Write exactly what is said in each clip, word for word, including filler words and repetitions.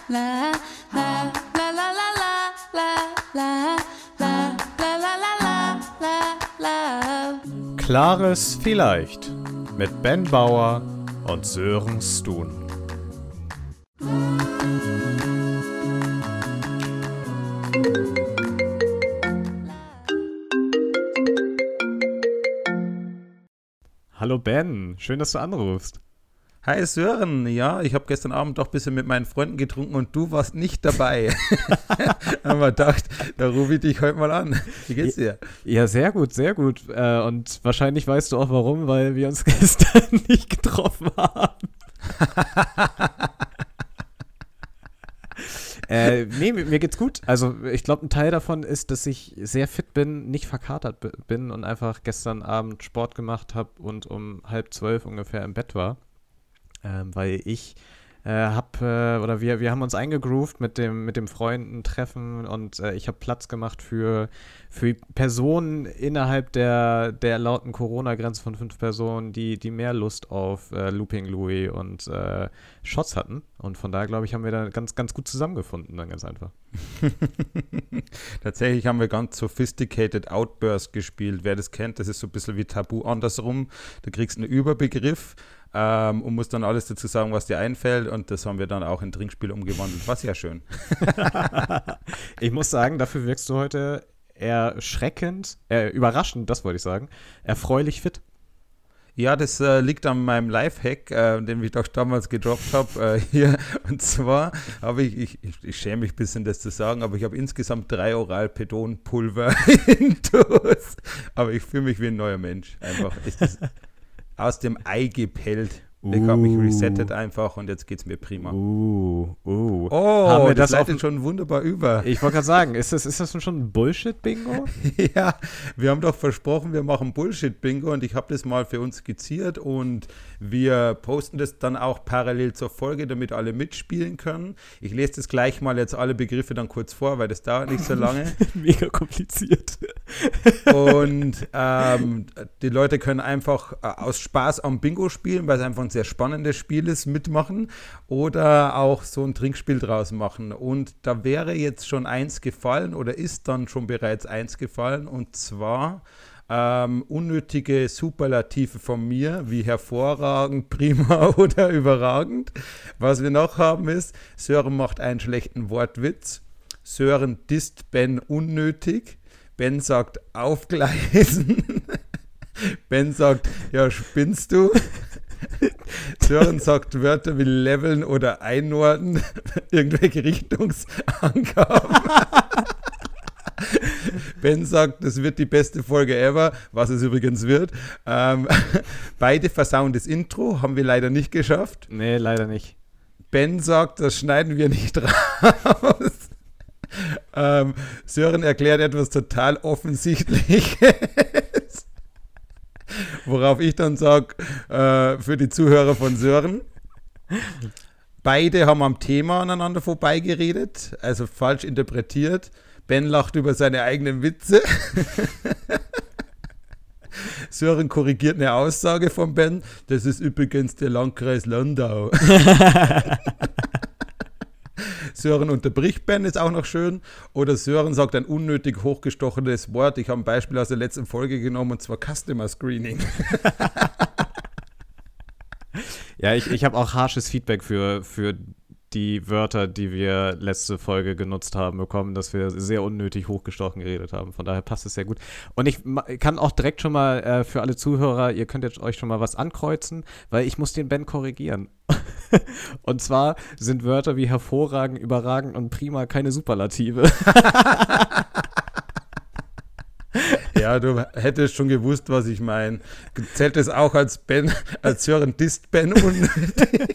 la la la la la la la la la la la la la. Klares Vielleicht mit Ben Bauer und Sören Stun. Hallo Ben, schön, dass du anrufst. Hi Sören, ja, ich habe gestern Abend doch ein bisschen mit meinen Freunden getrunken und du warst nicht dabei. Haben wir gedacht, da rufe ich dich heute mal an. Wie geht's dir? Ja, sehr gut, sehr gut. Und wahrscheinlich weißt du auch warum, weil wir uns gestern nicht getroffen haben. äh, nee, mir geht's gut. Also ich glaube, ein Teil davon ist, dass ich sehr fit bin, nicht verkatert b- bin und einfach gestern Abend Sport gemacht habe und um halb zwölf ungefähr im Bett war. Ähm, weil ich äh, hab, äh, oder wir, wir haben uns eingegroovt mit dem, mit dem Freundentreffen und äh, ich habe Platz gemacht für, für Personen innerhalb der, der lauten Corona-Grenze von fünf Personen, die, die mehr Lust auf äh, Looping Louis und äh, Shots hatten. Und von daher, glaube ich, haben wir da ganz, ganz gut zusammengefunden, dann ganz einfach. Tatsächlich haben wir ganz sophisticated Outburst gespielt. Wer das kennt, das ist so ein bisschen wie Tabu andersrum. Du kriegst einen Überbegriff ähm, und musst dann alles dazu sagen, was dir einfällt. Und das haben wir dann auch in Trinkspiel umgewandelt. War sehr schön. Ich muss sagen, dafür wirkst du heute erschreckend, äh, überraschend, das wollte ich sagen, erfreulich fit. Ja, das äh, liegt an meinem Lifehack, äh, den ich doch damals gedroppt habe äh, hier. Und zwar habe ich, ich, ich, ich schäme mich ein bisschen, das zu sagen, aber ich habe insgesamt drei Oral-Pedon-Pulver in Dose. Aber ich fühle mich wie ein neuer Mensch. Einfach ist das aus dem Ei gepellt. Ich habe mich resettet einfach und jetzt geht's mir prima. Uh, uh. Oh, Haben wir das das leitet auf, schon wunderbar über. Ich wollte gerade sagen, ist das, ist das schon ein Bullshit-Bingo? Ja, wir haben doch versprochen, wir machen Bullshit-Bingo und ich habe das mal für uns skizziert und wir posten das dann auch parallel zur Folge, damit alle mitspielen können. Ich lese das gleich mal jetzt alle Begriffe dann kurz vor, weil das dauert nicht so lange. Mega kompliziert. Und ähm, die Leute können einfach äh, aus Spaß am Bingo spielen, weil es einfach ein sehr spannendes Spiel ist, mitmachen oder auch so ein Trinkspiel draus machen. Und da wäre jetzt schon eins gefallen oder ist dann schon bereits eins gefallen und zwar ähm, unnötige Superlative von mir, wie hervorragend, prima oder überragend. Was wir noch haben ist, Sören macht einen schlechten Wortwitz, Sören disst Ben unnötig, Ben sagt aufgleisen, Ben sagt, ja spinnst du? Sören sagt Wörter wie leveln oder einordnen, irgendwelche Richtungsangaben. Ben sagt, das wird die beste Folge ever, was es übrigens wird. Ähm, beide versauen das Intro, haben wir leider nicht geschafft. Nee, leider nicht. Ben sagt, das schneiden wir nicht raus. ähm, Sören erklärt etwas total Offensichtliches. Worauf ich dann sage, äh, für die Zuhörer von Sören, beide haben am Thema aneinander vorbeigeredet, also falsch interpretiert. Ben lacht über seine eigenen Witze. Sören korrigiert eine Aussage von Ben, das ist übrigens der Landkreis Landau. Sören unterbricht Ben, ist auch noch schön. Oder Sören sagt ein unnötig hochgestochenes Wort. Ich habe ein Beispiel aus der letzten Folge genommen, und zwar Customer Screening. Ja, ich, ich habe auch harsches Feedback für, für die Wörter, die wir letzte Folge genutzt haben, bekommen, dass wir sehr unnötig hochgestochen geredet haben. Von daher passt es sehr gut. Und ich ma- kann auch direkt schon mal äh, für alle Zuhörer, ihr könnt jetzt euch schon mal was ankreuzen, weil ich muss den Ben korrigieren. Und zwar sind Wörter wie hervorragend, überragend und prima keine Superlative. Ja, du hättest schon gewusst, was ich meine. Zählt es auch als Ben, als Sören disst Ben unnötig?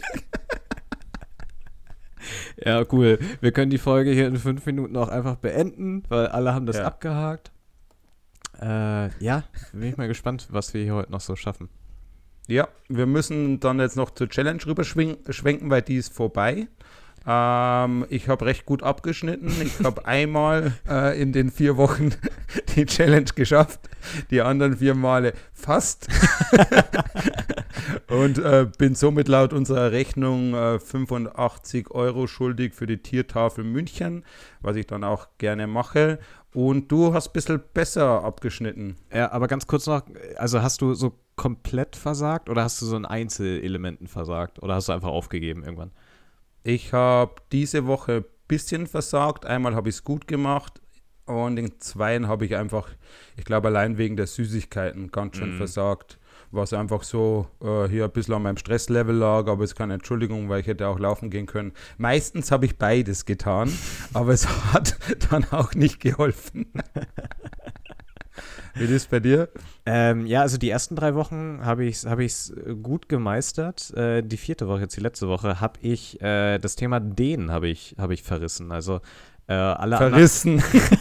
Ja, cool. Wir können die Folge hier in fünf Minuten auch einfach beenden, weil alle haben das ja. abgehakt. Äh, ja, bin ich mal gespannt, was wir hier heute noch so schaffen. Ja, wir müssen dann jetzt noch zur Challenge rüberschwenken, weil die ist vorbei. Ähm, ich habe recht gut abgeschnitten. Ich habe einmal äh, in den vier Wochen die Challenge geschafft, die anderen vier Male fast. Und äh, bin somit laut unserer Rechnung äh, fünfundachtzig Euro schuldig für die Tiertafel München, was ich dann auch gerne mache. Und du hast ein bisschen besser abgeschnitten. Ja, aber ganz kurz noch, also hast du so komplett versagt oder hast du so in Einzelelementen versagt oder hast du einfach aufgegeben irgendwann? Ich habe diese Woche ein bisschen versagt. Einmal habe ich es gut gemacht und in zweien habe ich einfach, ich glaube allein wegen der Süßigkeiten ganz schön mm. versagt. Was einfach so äh, hier ein bisschen an meinem Stresslevel lag, aber es ist keine Entschuldigung, weil ich hätte auch laufen gehen können. Meistens habe ich beides getan, aber es hat dann auch nicht geholfen. Wie ist es bei dir? Ähm, ja, also die ersten drei Wochen habe ich es hab ich's gut gemeistert. Äh, die vierte Woche, jetzt die letzte Woche, habe ich äh, das Thema Dehnen habe ich, hab ich verrissen. Also äh, alle Verrissen.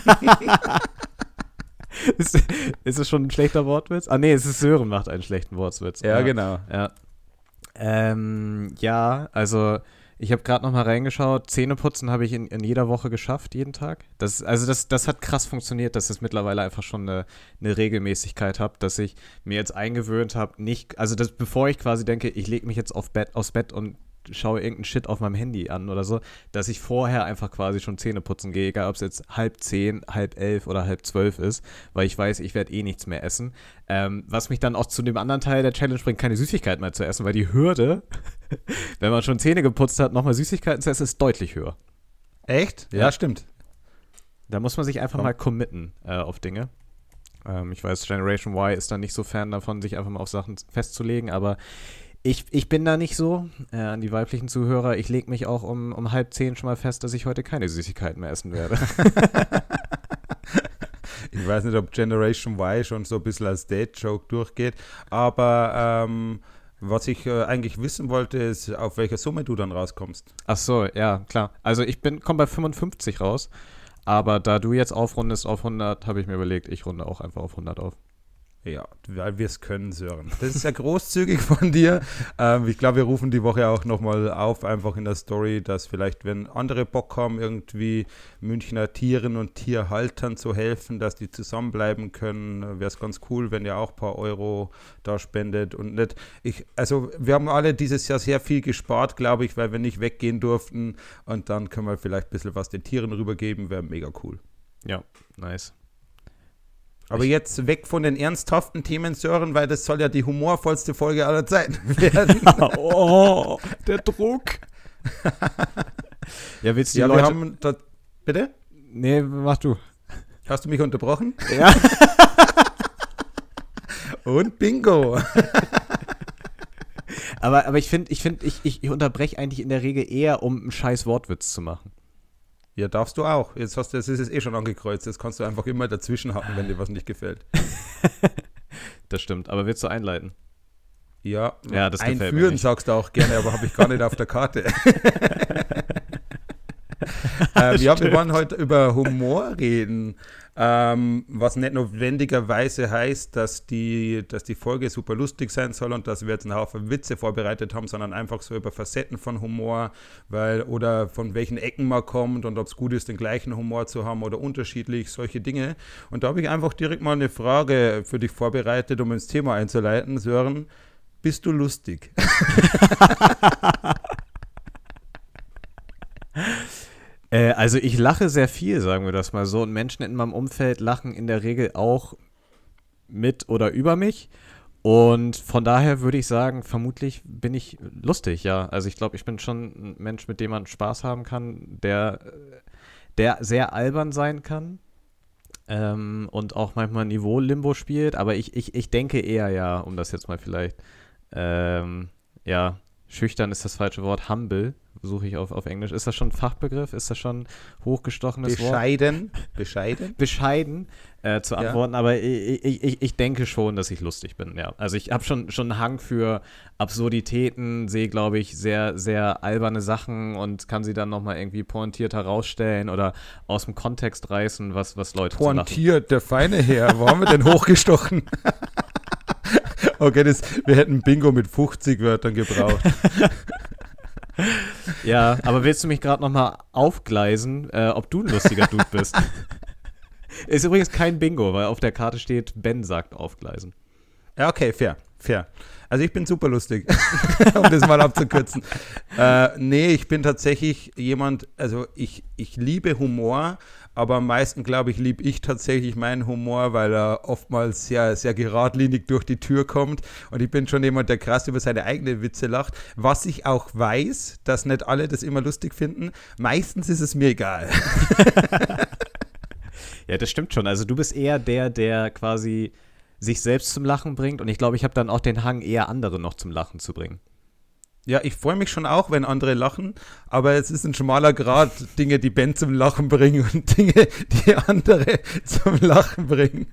ist, ist es schon ein schlechter Wortwitz? Ah nee, es ist Sören macht einen schlechten Wortwitz. Ja, ja. genau. Ja, ähm, ja also ich habe gerade noch mal reingeschaut, Zähneputzen habe ich in, in jeder Woche geschafft, jeden Tag. Das, also das, das hat krass funktioniert, dass ich mittlerweile einfach schon eine, eine Regelmäßigkeit habe, dass ich mir jetzt eingewöhnt habe, nicht, also das, bevor ich quasi denke, ich lege mich jetzt auf Bett, aufs Bett und schaue irgendeinen Shit auf meinem Handy an oder so, dass ich vorher einfach quasi schon Zähne putzen gehe, egal ob es jetzt halb zehn, halb elf oder halb zwölf ist, weil ich weiß, ich werde eh nichts mehr essen. Ähm, was mich dann auch zu dem anderen Teil der Challenge bringt, keine Süßigkeiten mehr zu essen, weil die Hürde, wenn man schon Zähne geputzt hat, nochmal Süßigkeiten zu essen, ist deutlich höher. Echt? Ja, ja. Stimmt. Da muss man sich einfach Komm. mal committen äh, auf Dinge. Ähm, ich weiß, Generation Y ist da nicht so Fan davon, sich einfach mal auf Sachen festzulegen, aber Ich, ich bin da nicht so, äh, an die weiblichen Zuhörer, ich lege mich auch um, um halb zehn schon mal fest, dass ich heute keine Süßigkeiten mehr essen werde. Ich weiß nicht, ob Generation Y schon so ein bisschen als Date-Joke durchgeht, aber ähm, was ich äh, eigentlich wissen wollte, ist, auf welcher Summe du dann rauskommst. Ach so, ja, klar. Also ich bin komme bei fünfundfünfzig raus, aber da du jetzt aufrundest auf hundert, habe ich mir überlegt, ich runde auch einfach auf hundert auf. Ja, weil wir es können, Sören. Das ist ja großzügig von dir. Ähm, ich glaube, wir rufen die Woche auch nochmal auf, einfach in der Story, dass vielleicht, wenn andere Bock haben, irgendwie Münchner Tieren und Tierhaltern zu helfen, dass die zusammenbleiben können, wäre es ganz cool, wenn ihr auch ein paar Euro da spendet. Und nicht, ich, also wir haben alle dieses Jahr sehr viel gespart, glaube ich, weil wir nicht weggehen durften. Und dann können wir vielleicht ein bisschen was den Tieren rübergeben, wäre mega cool. Ja, nice. Aber jetzt weg von den ernsthaften Themen, Sören, weil das soll ja die humorvollste Folge aller Zeiten werden. Oh, der Druck. Ja, willst du die ja, Leute... wir haben da, bitte? Nee, mach du. Hast du mich unterbrochen? Ja. Und bingo. aber, aber ich finde, ich, find, ich, ich, ich unterbreche eigentlich in der Regel eher, um einen scheiß Wortwitz zu machen. Ja, darfst du auch. Jetzt hast du, das ist es eh schon angekreuzt. Jetzt kannst du einfach immer dazwischen hacken, wenn dir was nicht gefällt. Das stimmt, aber willst du einleiten? Ja, ja das gefällt mir einführen nicht. Sagst du auch gerne, aber habe ich gar nicht auf der Karte. ähm, ja, wir wollen heute über Humor reden, ähm, was nicht notwendigerweise heißt, dass die, dass die Folge super lustig sein soll und dass wir jetzt einen Haufen Witze vorbereitet haben, sondern einfach so über Facetten von Humor, weil oder von welchen Ecken man kommt und ob es gut ist, den gleichen Humor zu haben oder unterschiedlich, solche Dinge. Und da habe ich einfach direkt mal eine Frage für dich vorbereitet, um ins Thema einzuleiten. Sören, bist du lustig? Also ich lache sehr viel, sagen wir das mal so. Und Menschen in meinem Umfeld lachen in der Regel auch mit oder über mich. Und von daher würde ich sagen, vermutlich bin ich lustig, ja. Also ich glaube, ich bin schon ein Mensch, mit dem man Spaß haben kann, der, der sehr albern sein kann ähm, und auch manchmal Niveau-Limbo spielt. Aber ich, ich, ich denke eher, ja, um das jetzt mal vielleicht, ähm, ja, schüchtern ist das falsche Wort, humble. Suche ich auf, auf Englisch. Ist das schon ein Fachbegriff? Ist das schon ein hochgestochenes Bescheiden. Wort? Bescheiden. Bescheiden äh, zu antworten, ja. Aber ich, ich, ich denke schon, dass ich lustig bin, ja. Also ich habe schon, schon einen Hang für Absurditäten, sehe, glaube ich, sehr, sehr alberne Sachen und kann sie dann nochmal irgendwie pointiert herausstellen oder aus dem Kontext reißen, was, was Leute Pointiert, der feine Herr. Wo haben wir denn hochgestochen? Okay, das, wir hätten Bingo mit fünfzig Wörtern gebraucht. Ja, aber willst du mich gerade nochmal aufgleisen, äh, ob du ein lustiger Dude bist? Ist übrigens kein Bingo, weil auf der Karte steht, Ben sagt aufgleisen. Ja, okay, fair, fair. Also ich bin super lustig, um das mal abzukürzen. Äh, nee, ich bin tatsächlich jemand, also ich, ich liebe Humor, aber am meisten, glaube ich, liebe ich tatsächlich meinen Humor, weil er oftmals sehr, sehr geradlinig durch die Tür kommt. Und ich bin schon jemand, der krass über seine eigenen Witze lacht. Was ich auch weiß, dass nicht alle das immer lustig finden. Meistens ist es mir egal. Ja, das stimmt schon. Also du bist eher der, der quasi sich selbst zum Lachen bringt. Und ich glaube, ich habe dann auch den Hang, eher andere noch zum Lachen zu bringen. Ja, ich freue mich schon auch, wenn andere lachen, aber es ist ein schmaler Grad, Dinge, die Ben zum Lachen bringen und Dinge, die andere zum Lachen bringen.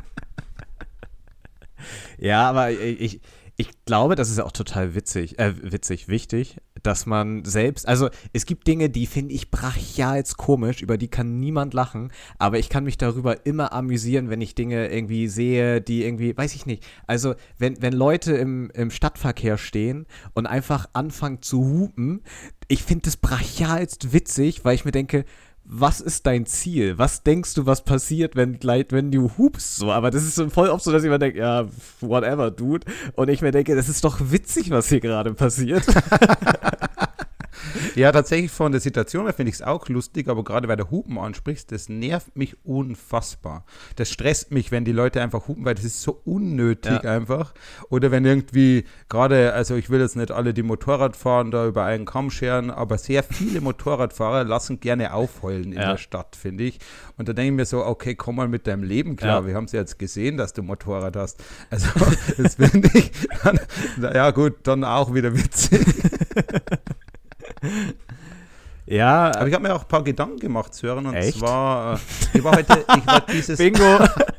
Ja, aber ich, ich glaube, das ist auch total witzig, äh, witzig, wichtig, dass man selbst, also es gibt Dinge, die finde ich brachial komisch, über die kann niemand lachen, aber ich kann mich darüber immer amüsieren, wenn ich Dinge irgendwie sehe, die irgendwie, weiß ich nicht, also wenn, wenn Leute im, im Stadtverkehr stehen und einfach anfangen zu hupen, ich finde das brachialst witzig, weil ich mir denke, was ist dein Ziel? Was denkst du, was passiert, wenn, wenn du hupst so? Aber das ist so voll oft so, dass ich mir denke, ja, whatever, dude. Und ich mir denke, das ist doch witzig, was hier gerade passiert. Ja, tatsächlich von der Situation her finde ich es auch lustig, aber gerade weil du Hupen ansprichst, das nervt mich unfassbar. Das stresst mich, wenn die Leute einfach hupen, weil das ist so unnötig Ja. einfach. Oder wenn irgendwie gerade, also ich will jetzt nicht alle, die Motorrad fahren, da über einen Kamm scheren, aber sehr viele Motorradfahrer lassen gerne aufheulen in Ja. der Stadt, finde ich. Und da denke ich mir so, okay, komm mal mit deinem Leben klar. Ja. Wir haben es ja jetzt gesehen, dass du Motorrad hast. Also das finde ich, dann, ja gut, dann auch wieder witzig. Ja, Aber ich habe mir auch ein paar Gedanken gemacht, Sören, und Echt? zwar, äh, ich war heute, ich war dieses, Bingo.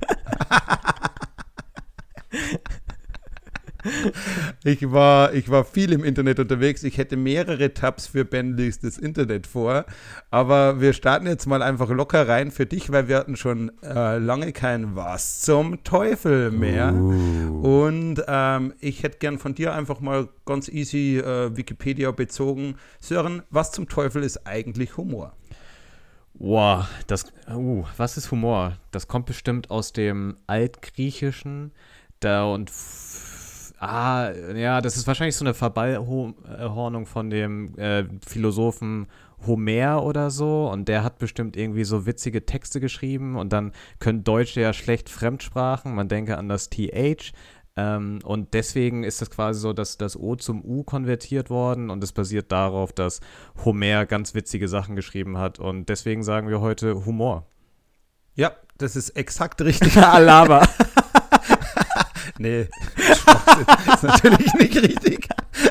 ich war, ich war viel im Internet unterwegs, ich hätte mehrere Tabs für Ben liest das Internet vor, aber wir starten jetzt mal einfach locker rein für dich, weil wir hatten schon äh, lange kein Was zum Teufel mehr Uh. und ähm, ich hätte gern von dir einfach mal ganz easy äh, Wikipedia bezogen. Sören, was zum Teufel ist eigentlich Humor? Wow, das, uh, was ist Humor? Das kommt bestimmt aus dem Altgriechischen, da und f- ah, ja, das ist wahrscheinlich so eine Verballhornung von dem äh, Philosophen Homer oder so, und der hat bestimmt irgendwie so witzige Texte geschrieben, und dann können Deutsche ja schlecht Fremdsprachen, man denke an das T H, ähm, und deswegen ist das quasi so, dass das O zum U konvertiert worden, und es basiert darauf, dass Homer ganz witzige Sachen geschrieben hat, und deswegen sagen wir heute Humor. Ja, das ist exakt richtig. Alaba. Nee, Schwachsinn. Ist natürlich nicht richtig.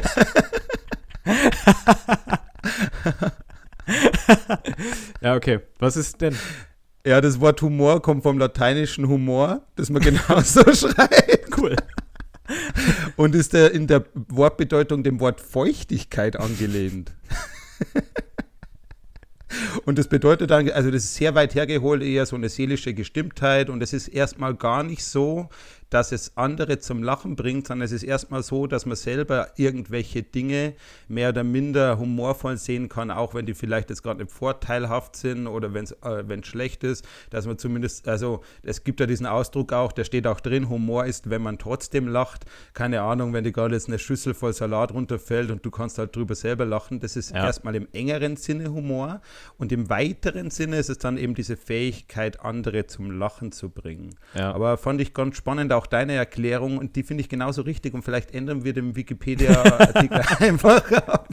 Ja, okay. Was ist denn? Ja, das Wort Humor kommt vom lateinischen Humor, das man genauso schreibt. Cool. Und ist der, in der Wortbedeutung dem Wort Feuchtigkeit angelehnt. Und das bedeutet dann, also das ist sehr weit hergeholt, eher so eine seelische Gestimmtheit, und es ist erstmal gar nicht so, dass es andere zum Lachen bringt, sondern es ist erstmal so, dass man selber irgendwelche Dinge mehr oder minder humorvoll sehen kann, auch wenn die vielleicht jetzt gerade nicht vorteilhaft sind oder wenn es äh, wenn's schlecht ist, dass man zumindest, also es gibt ja diesen Ausdruck auch, der steht auch drin, Humor ist, wenn man trotzdem lacht. Keine Ahnung, wenn dir gerade jetzt eine Schüssel voll Salat runterfällt und du kannst halt drüber selber lachen, das ist Ja. erstmal im engeren Sinne Humor, und im weiteren Sinne ist es dann eben diese Fähigkeit, andere zum Lachen zu bringen. Ja. Aber fand ich ganz spannend, auch deine Erklärung, und die finde ich genauso richtig, und vielleicht ändern wir den Wikipedia-Artikel einfach ab.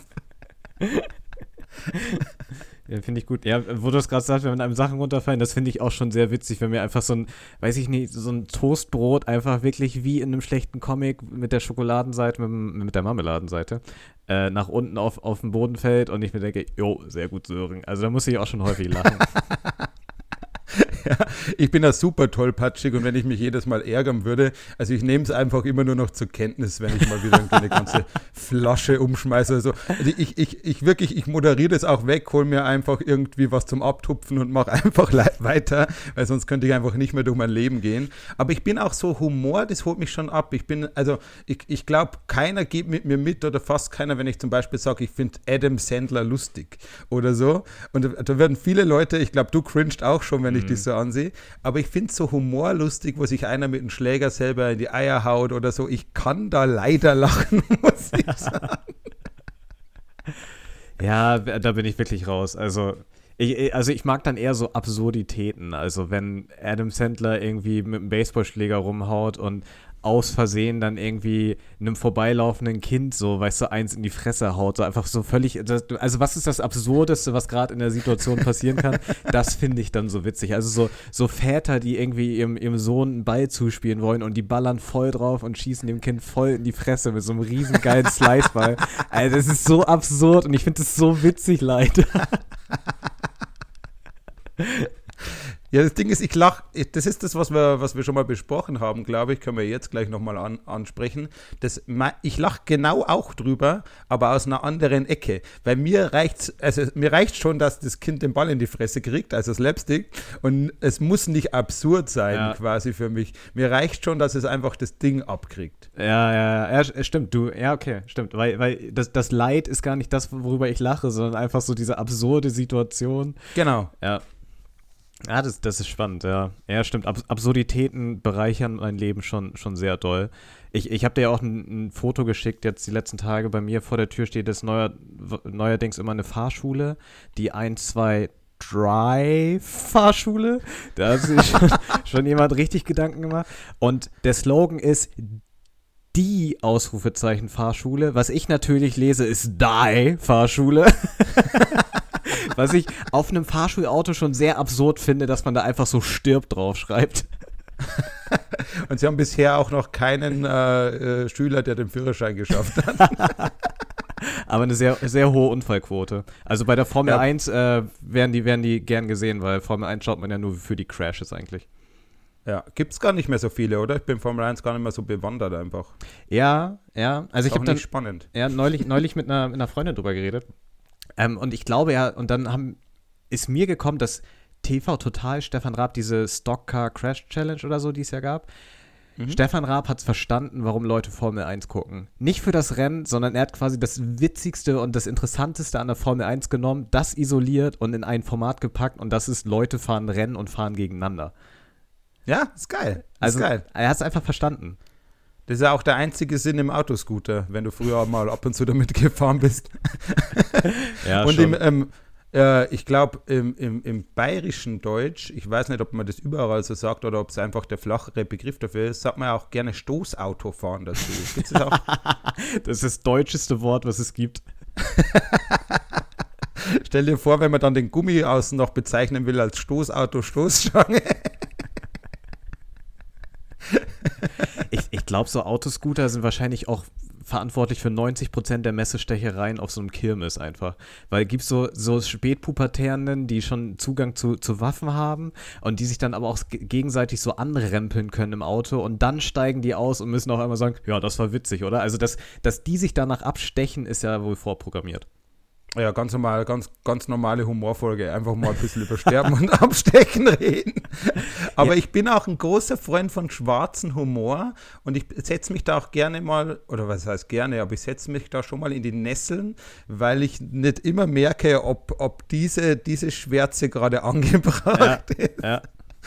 Ja, finde ich gut. Ja, wo du es gerade sagst, wenn einem Sachen runterfallen, das finde ich auch schon sehr witzig, wenn mir einfach so ein, weiß ich nicht, so ein Toastbrot einfach wirklich wie in einem schlechten Comic mit der Schokoladenseite, mit, dem- mit der Marmeladenseite, äh, nach unten auf, auf den Boden fällt, und ich mir denke, jo, sehr gut, Sören. Also da muss ich auch schon häufig lachen. Ja, Ich bin da super tollpatschig und wenn ich mich jedes Mal ärgern würde, also ich nehme es einfach immer nur noch zur Kenntnis, wenn ich mal wieder eine ganze Flasche umschmeiße oder so. Also ich, ich, ich wirklich, ich moderiere das auch weg, hole mir einfach irgendwie was zum Abtupfen und mache einfach le- weiter, weil sonst könnte ich einfach nicht mehr durch mein Leben gehen. Aber ich bin auch so, Humor, das holt mich schon ab. Ich bin, also ich, ich glaube, keiner geht mit mir mit oder fast keiner, wenn ich zum Beispiel sage, ich finde Adam Sandler lustig oder so. Und da, da werden viele Leute, ich glaube, du cringed auch schon, wenn ich dich so ansehe, aber ich finde so Humor lustig, wo sich einer mit einem Schläger selber in die Eier haut oder so. Ich kann da leider lachen, muss ich sagen. Ja, da bin ich wirklich raus. Also ich, also ich mag dann eher so Absurditäten. Also wenn Adam Sandler irgendwie mit einem Baseballschläger rumhaut und aus Versehen dann irgendwie einem vorbeilaufenden Kind so, weißt du, eins in die Fresse haut, so einfach so völlig, das, also was ist das Absurdeste, was gerade in der Situation passieren kann? Das finde ich dann so witzig. Also so, so Väter, die irgendwie ihrem, ihrem Sohn einen Ball zuspielen wollen und die ballern voll drauf und schießen dem Kind voll in die Fresse mit so einem riesen geilen Sliceball. Also das ist so absurd und ich finde es so witzig, leider. Ja, das Ding ist, ich lache, das ist das, was wir, was wir schon mal besprochen haben, glaube ich, können wir jetzt gleich nochmal an, ansprechen. Das, ich lache genau auch drüber, aber aus einer anderen Ecke. Weil mir reicht's, also mir reicht schon, dass das Kind den Ball in die Fresse kriegt, also Slapstick, und es muss nicht absurd sein, ja. quasi für mich. Mir reicht schon, dass es einfach das Ding abkriegt. Ja, ja, ja, stimmt, du, ja, okay, stimmt, weil, weil das, das Leid ist gar nicht das, worüber ich lache, sondern einfach so diese absurde Situation. Genau. Ja. Ja, das, das ist spannend, ja. Ja, stimmt. Abs- Absurditäten bereichern mein Leben schon, schon sehr doll. Ich, ich habe dir ja auch ein, ein Foto geschickt, jetzt die letzten Tage. Bei mir vor der Tür steht jetzt neuer, neuerdings immer eine Fahrschule, die eins, zwei, drei Fahrschule. Da hat sich schon, schon jemand richtig Gedanken gemacht. Und der Slogan ist die Ausrufezeichen Fahrschule. Was ich natürlich lese, ist die Fahrschule. Was ich auf einem Fahrschulauto schon sehr absurd finde, dass man da einfach so stirbt drauf schreibt. Und sie haben bisher auch noch keinen äh, äh, Schüler, der den Führerschein geschafft hat. Aber eine sehr, sehr hohe Unfallquote. Also bei der Formel ja. eins äh, werden, die, werden die gern gesehen, weil Formel eins schaut man ja nur für die Crashes eigentlich. Ja, gibt es gar nicht mehr so viele, oder? Ich bin Formel eins gar nicht mehr so bewandert einfach. Ja, ja. Also ich habe dann spannend. Ja, neulich, neulich mit einer, mit einer Freundin drüber geredet. Ähm, und ich glaube ja, und dann haben, ist mir gekommen, dass T V Total Stefan Raab diese Stockcar Crash Challenge oder so, die es ja gab. Mhm. Stefan Raab hat es verstanden, warum Leute Formel eins gucken. Nicht für das Rennen, sondern er hat quasi das Witzigste und das Interessanteste an der Formel eins genommen, das isoliert und in ein Format gepackt und das ist, Leute fahren Rennen und fahren gegeneinander. Ja, ist geil. Ist also geil. Er hat es einfach verstanden. Das ist ja auch der einzige Sinn im Autoscooter, wenn du früher mal ab und zu damit gefahren bist. Ja, und schon. Im, ähm, äh, ich glaube, im, im, im bayerischen Deutsch, ich weiß nicht, ob man das überall so sagt oder ob es einfach der flachere Begriff dafür ist, sagt man ja auch gerne Stoßauto fahren dazu. Gibt's das auch? Das ist das deutscheste Wort, was es gibt. Stell dir vor, wenn man dann den Gummi außen noch bezeichnen will als Stoßauto, Stoßstange. Ich, ich glaube, so Autoscooter sind wahrscheinlich auch verantwortlich für neunzig Prozent der Messestechereien auf so einem Kirmes einfach. Weil es gibt so, so Spätpubertierenden, die schon Zugang zu, zu Waffen haben und die sich dann aber auch g- gegenseitig so anrempeln können im Auto und dann steigen die aus und müssen auch einmal sagen, ja, das war witzig, oder? Also, dass, dass die sich danach abstechen, ist ja wohl vorprogrammiert. Ja, ganz normal, ganz, ganz normale Humorfolge. Einfach mal ein bisschen über Sterben und Abstechen reden. Aber ja. Ich bin auch ein großer Freund von schwarzem Humor und ich setze mich da auch gerne mal, oder was heißt gerne, aber ich setze mich da schon mal in die Nesseln, weil ich nicht immer merke, ob, ob diese, diese Schwärze gerade angebracht ja. ist. Ja.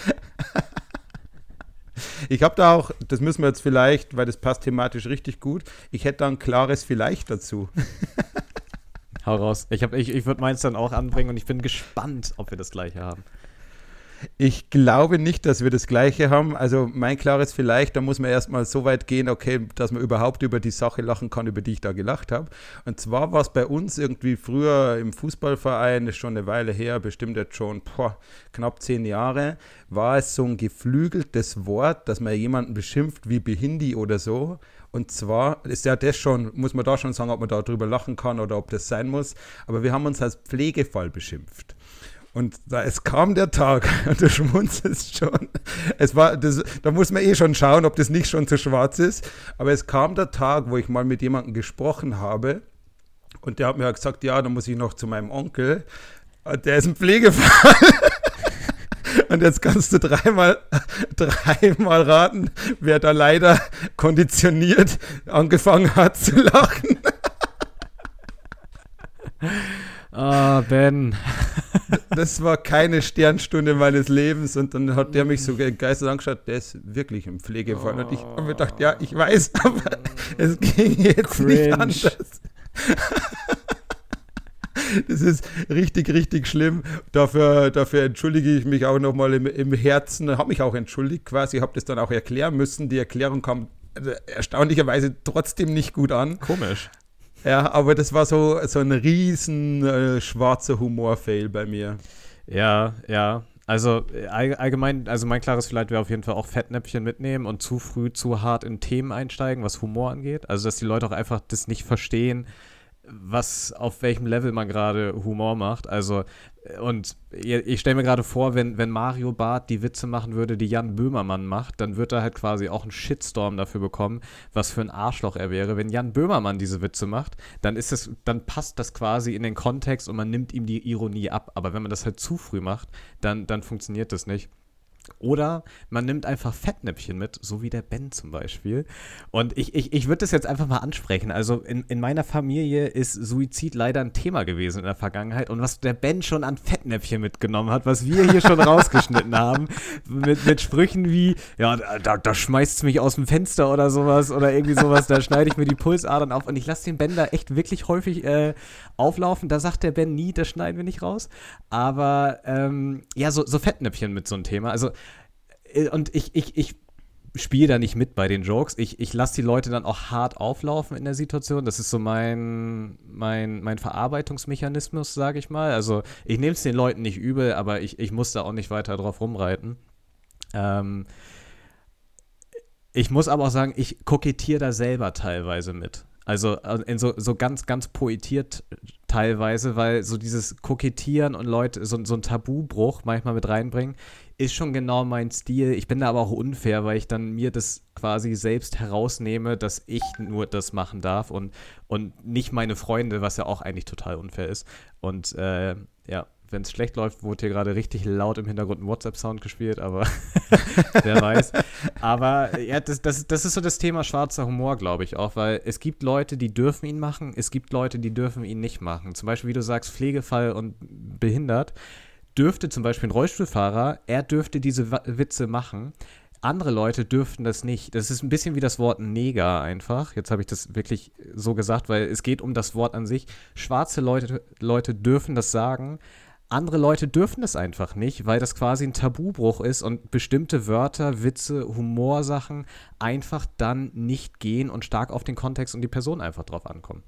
Ich habe da auch, das müssen wir jetzt vielleicht, weil das passt thematisch richtig gut, ich hätte da ein klares Vielleicht dazu. Hau raus. Ich, hab, ich, ich würde meins dann auch anbringen und ich bin gespannt, ob wir das Gleiche haben. Ich glaube nicht, dass wir das Gleiche haben. Also mein klares Vielleicht, da muss man erstmal so weit gehen, okay, dass man überhaupt über die Sache lachen kann, über die ich da gelacht habe. Und zwar war es bei uns irgendwie früher im Fußballverein, das ist schon eine Weile her, bestimmt jetzt schon boah, knapp zehn Jahre, war es so ein geflügeltes Wort, dass man jemanden beschimpft wie Behindi oder so. Und zwar ist ja das schon, muss man da schon sagen, ob man da drüber lachen kann oder ob das sein muss. Aber wir haben uns als Pflegefall beschimpft. Und da, es kam der Tag, und du schmunzelst schon. Es war, das, da muss man eh schon schauen, ob das nicht schon zu schwarz ist. Aber es kam der Tag, wo ich mal mit jemandem gesprochen habe. Und der hat mir halt gesagt, ja, da muss ich noch zu meinem Onkel. Und der ist ein Pflegefall. Und jetzt kannst du dreimal, dreimal raten, wer da leider konditioniert angefangen hat zu lachen. Ah, oh, Ben. Das war keine Sternstunde meines Lebens. Und dann hat der mich so gegeistert angeschaut, der ist wirklich ein Pflegefall. Und ich habe mir gedacht, ja, ich weiß, aber es ging jetzt Cringe. nicht anders. Das ist richtig, richtig schlimm. Dafür, dafür entschuldige ich mich auch nochmal im, im Herzen. Habe mich auch entschuldigt quasi, habe das dann auch erklären müssen. Die Erklärung kam erstaunlicherweise trotzdem nicht gut an. Komisch. Ja, aber das war so, so ein riesen äh, schwarzer Humor-Fail bei mir. Ja, ja. Also all, allgemein, also mein klares Vielleicht wäre auf jeden Fall auch Fettnäpfchen mitnehmen und zu früh zu hart in Themen einsteigen, was Humor angeht. Also dass die Leute auch einfach das nicht verstehen, was, auf welchem Level man gerade Humor macht. Also, und ich stelle mir gerade vor, wenn, wenn Mario Barth die Witze machen würde, die Jan Böhmermann macht, dann wird er halt quasi auch einen Shitstorm dafür bekommen, was für ein Arschloch er wäre. Wenn Jan Böhmermann diese Witze macht, dann ist es, dann passt das quasi in den Kontext und man nimmt ihm die Ironie ab. Aber wenn man das halt zu früh macht, dann, dann funktioniert das nicht. Oder man nimmt einfach Fettnäpfchen mit, so wie der Ben zum Beispiel. Und ich, ich, ich würde das jetzt einfach mal ansprechen. Also in, in meiner Familie ist Suizid leider ein Thema gewesen in der Vergangenheit. Und was der Ben schon an Fettnäpfchen mitgenommen hat, was wir hier schon rausgeschnitten haben, mit, mit Sprüchen wie, ja, da, da schmeißt es mich aus dem Fenster oder sowas oder irgendwie sowas, da schneide ich mir die Pulsadern auf. Und ich lasse den Ben da echt wirklich häufig äh, auflaufen. Da sagt der Ben nie, das schneiden wir nicht raus. Aber ähm, ja, so, so Fettnäpfchen mit so einem Thema. Also und ich, ich, ich spiele da nicht mit bei den Jokes. Ich, ich lasse die Leute dann auch hart auflaufen in der Situation. Das ist so mein, mein, mein Verarbeitungsmechanismus, sage ich mal. Also ich nehme es den Leuten nicht übel, aber ich, ich muss da auch nicht weiter drauf rumreiten. Ähm, ich muss aber auch sagen, ich kokettiere da selber teilweise mit. Also in so, so ganz, ganz poetiert teilweise, weil so dieses Kokettieren und Leute, so, so ein Tabubruch manchmal mit reinbringen, ist schon genau mein Stil. Ich bin da aber auch unfair, weil ich dann mir das quasi selbst herausnehme, dass ich nur das machen darf und, und nicht meine Freunde, was ja auch eigentlich total unfair ist. Und äh, ja, wenn es schlecht läuft, wurde hier gerade richtig laut im Hintergrund ein WhatsApp-Sound gespielt, aber wer weiß. Aber ja, das, das, das ist so das Thema schwarzer Humor, glaube ich auch, weil es gibt Leute, die dürfen ihn machen, es gibt Leute, die dürfen ihn nicht machen. Zum Beispiel, wie du sagst, Pflegefall und behindert, dürfte zum Beispiel ein Rollstuhlfahrer, er dürfte diese Witze machen. Andere Leute dürften das nicht. Das ist ein bisschen wie das Wort Neger einfach. Jetzt habe ich das wirklich so gesagt, weil es geht um das Wort an sich. Schwarze Leute, Leute dürfen das sagen. Andere Leute dürfen das einfach nicht, weil das quasi ein Tabubruch ist und bestimmte Wörter, Witze, Humorsachen einfach dann nicht gehen und stark auf den Kontext und die Person einfach drauf ankommen.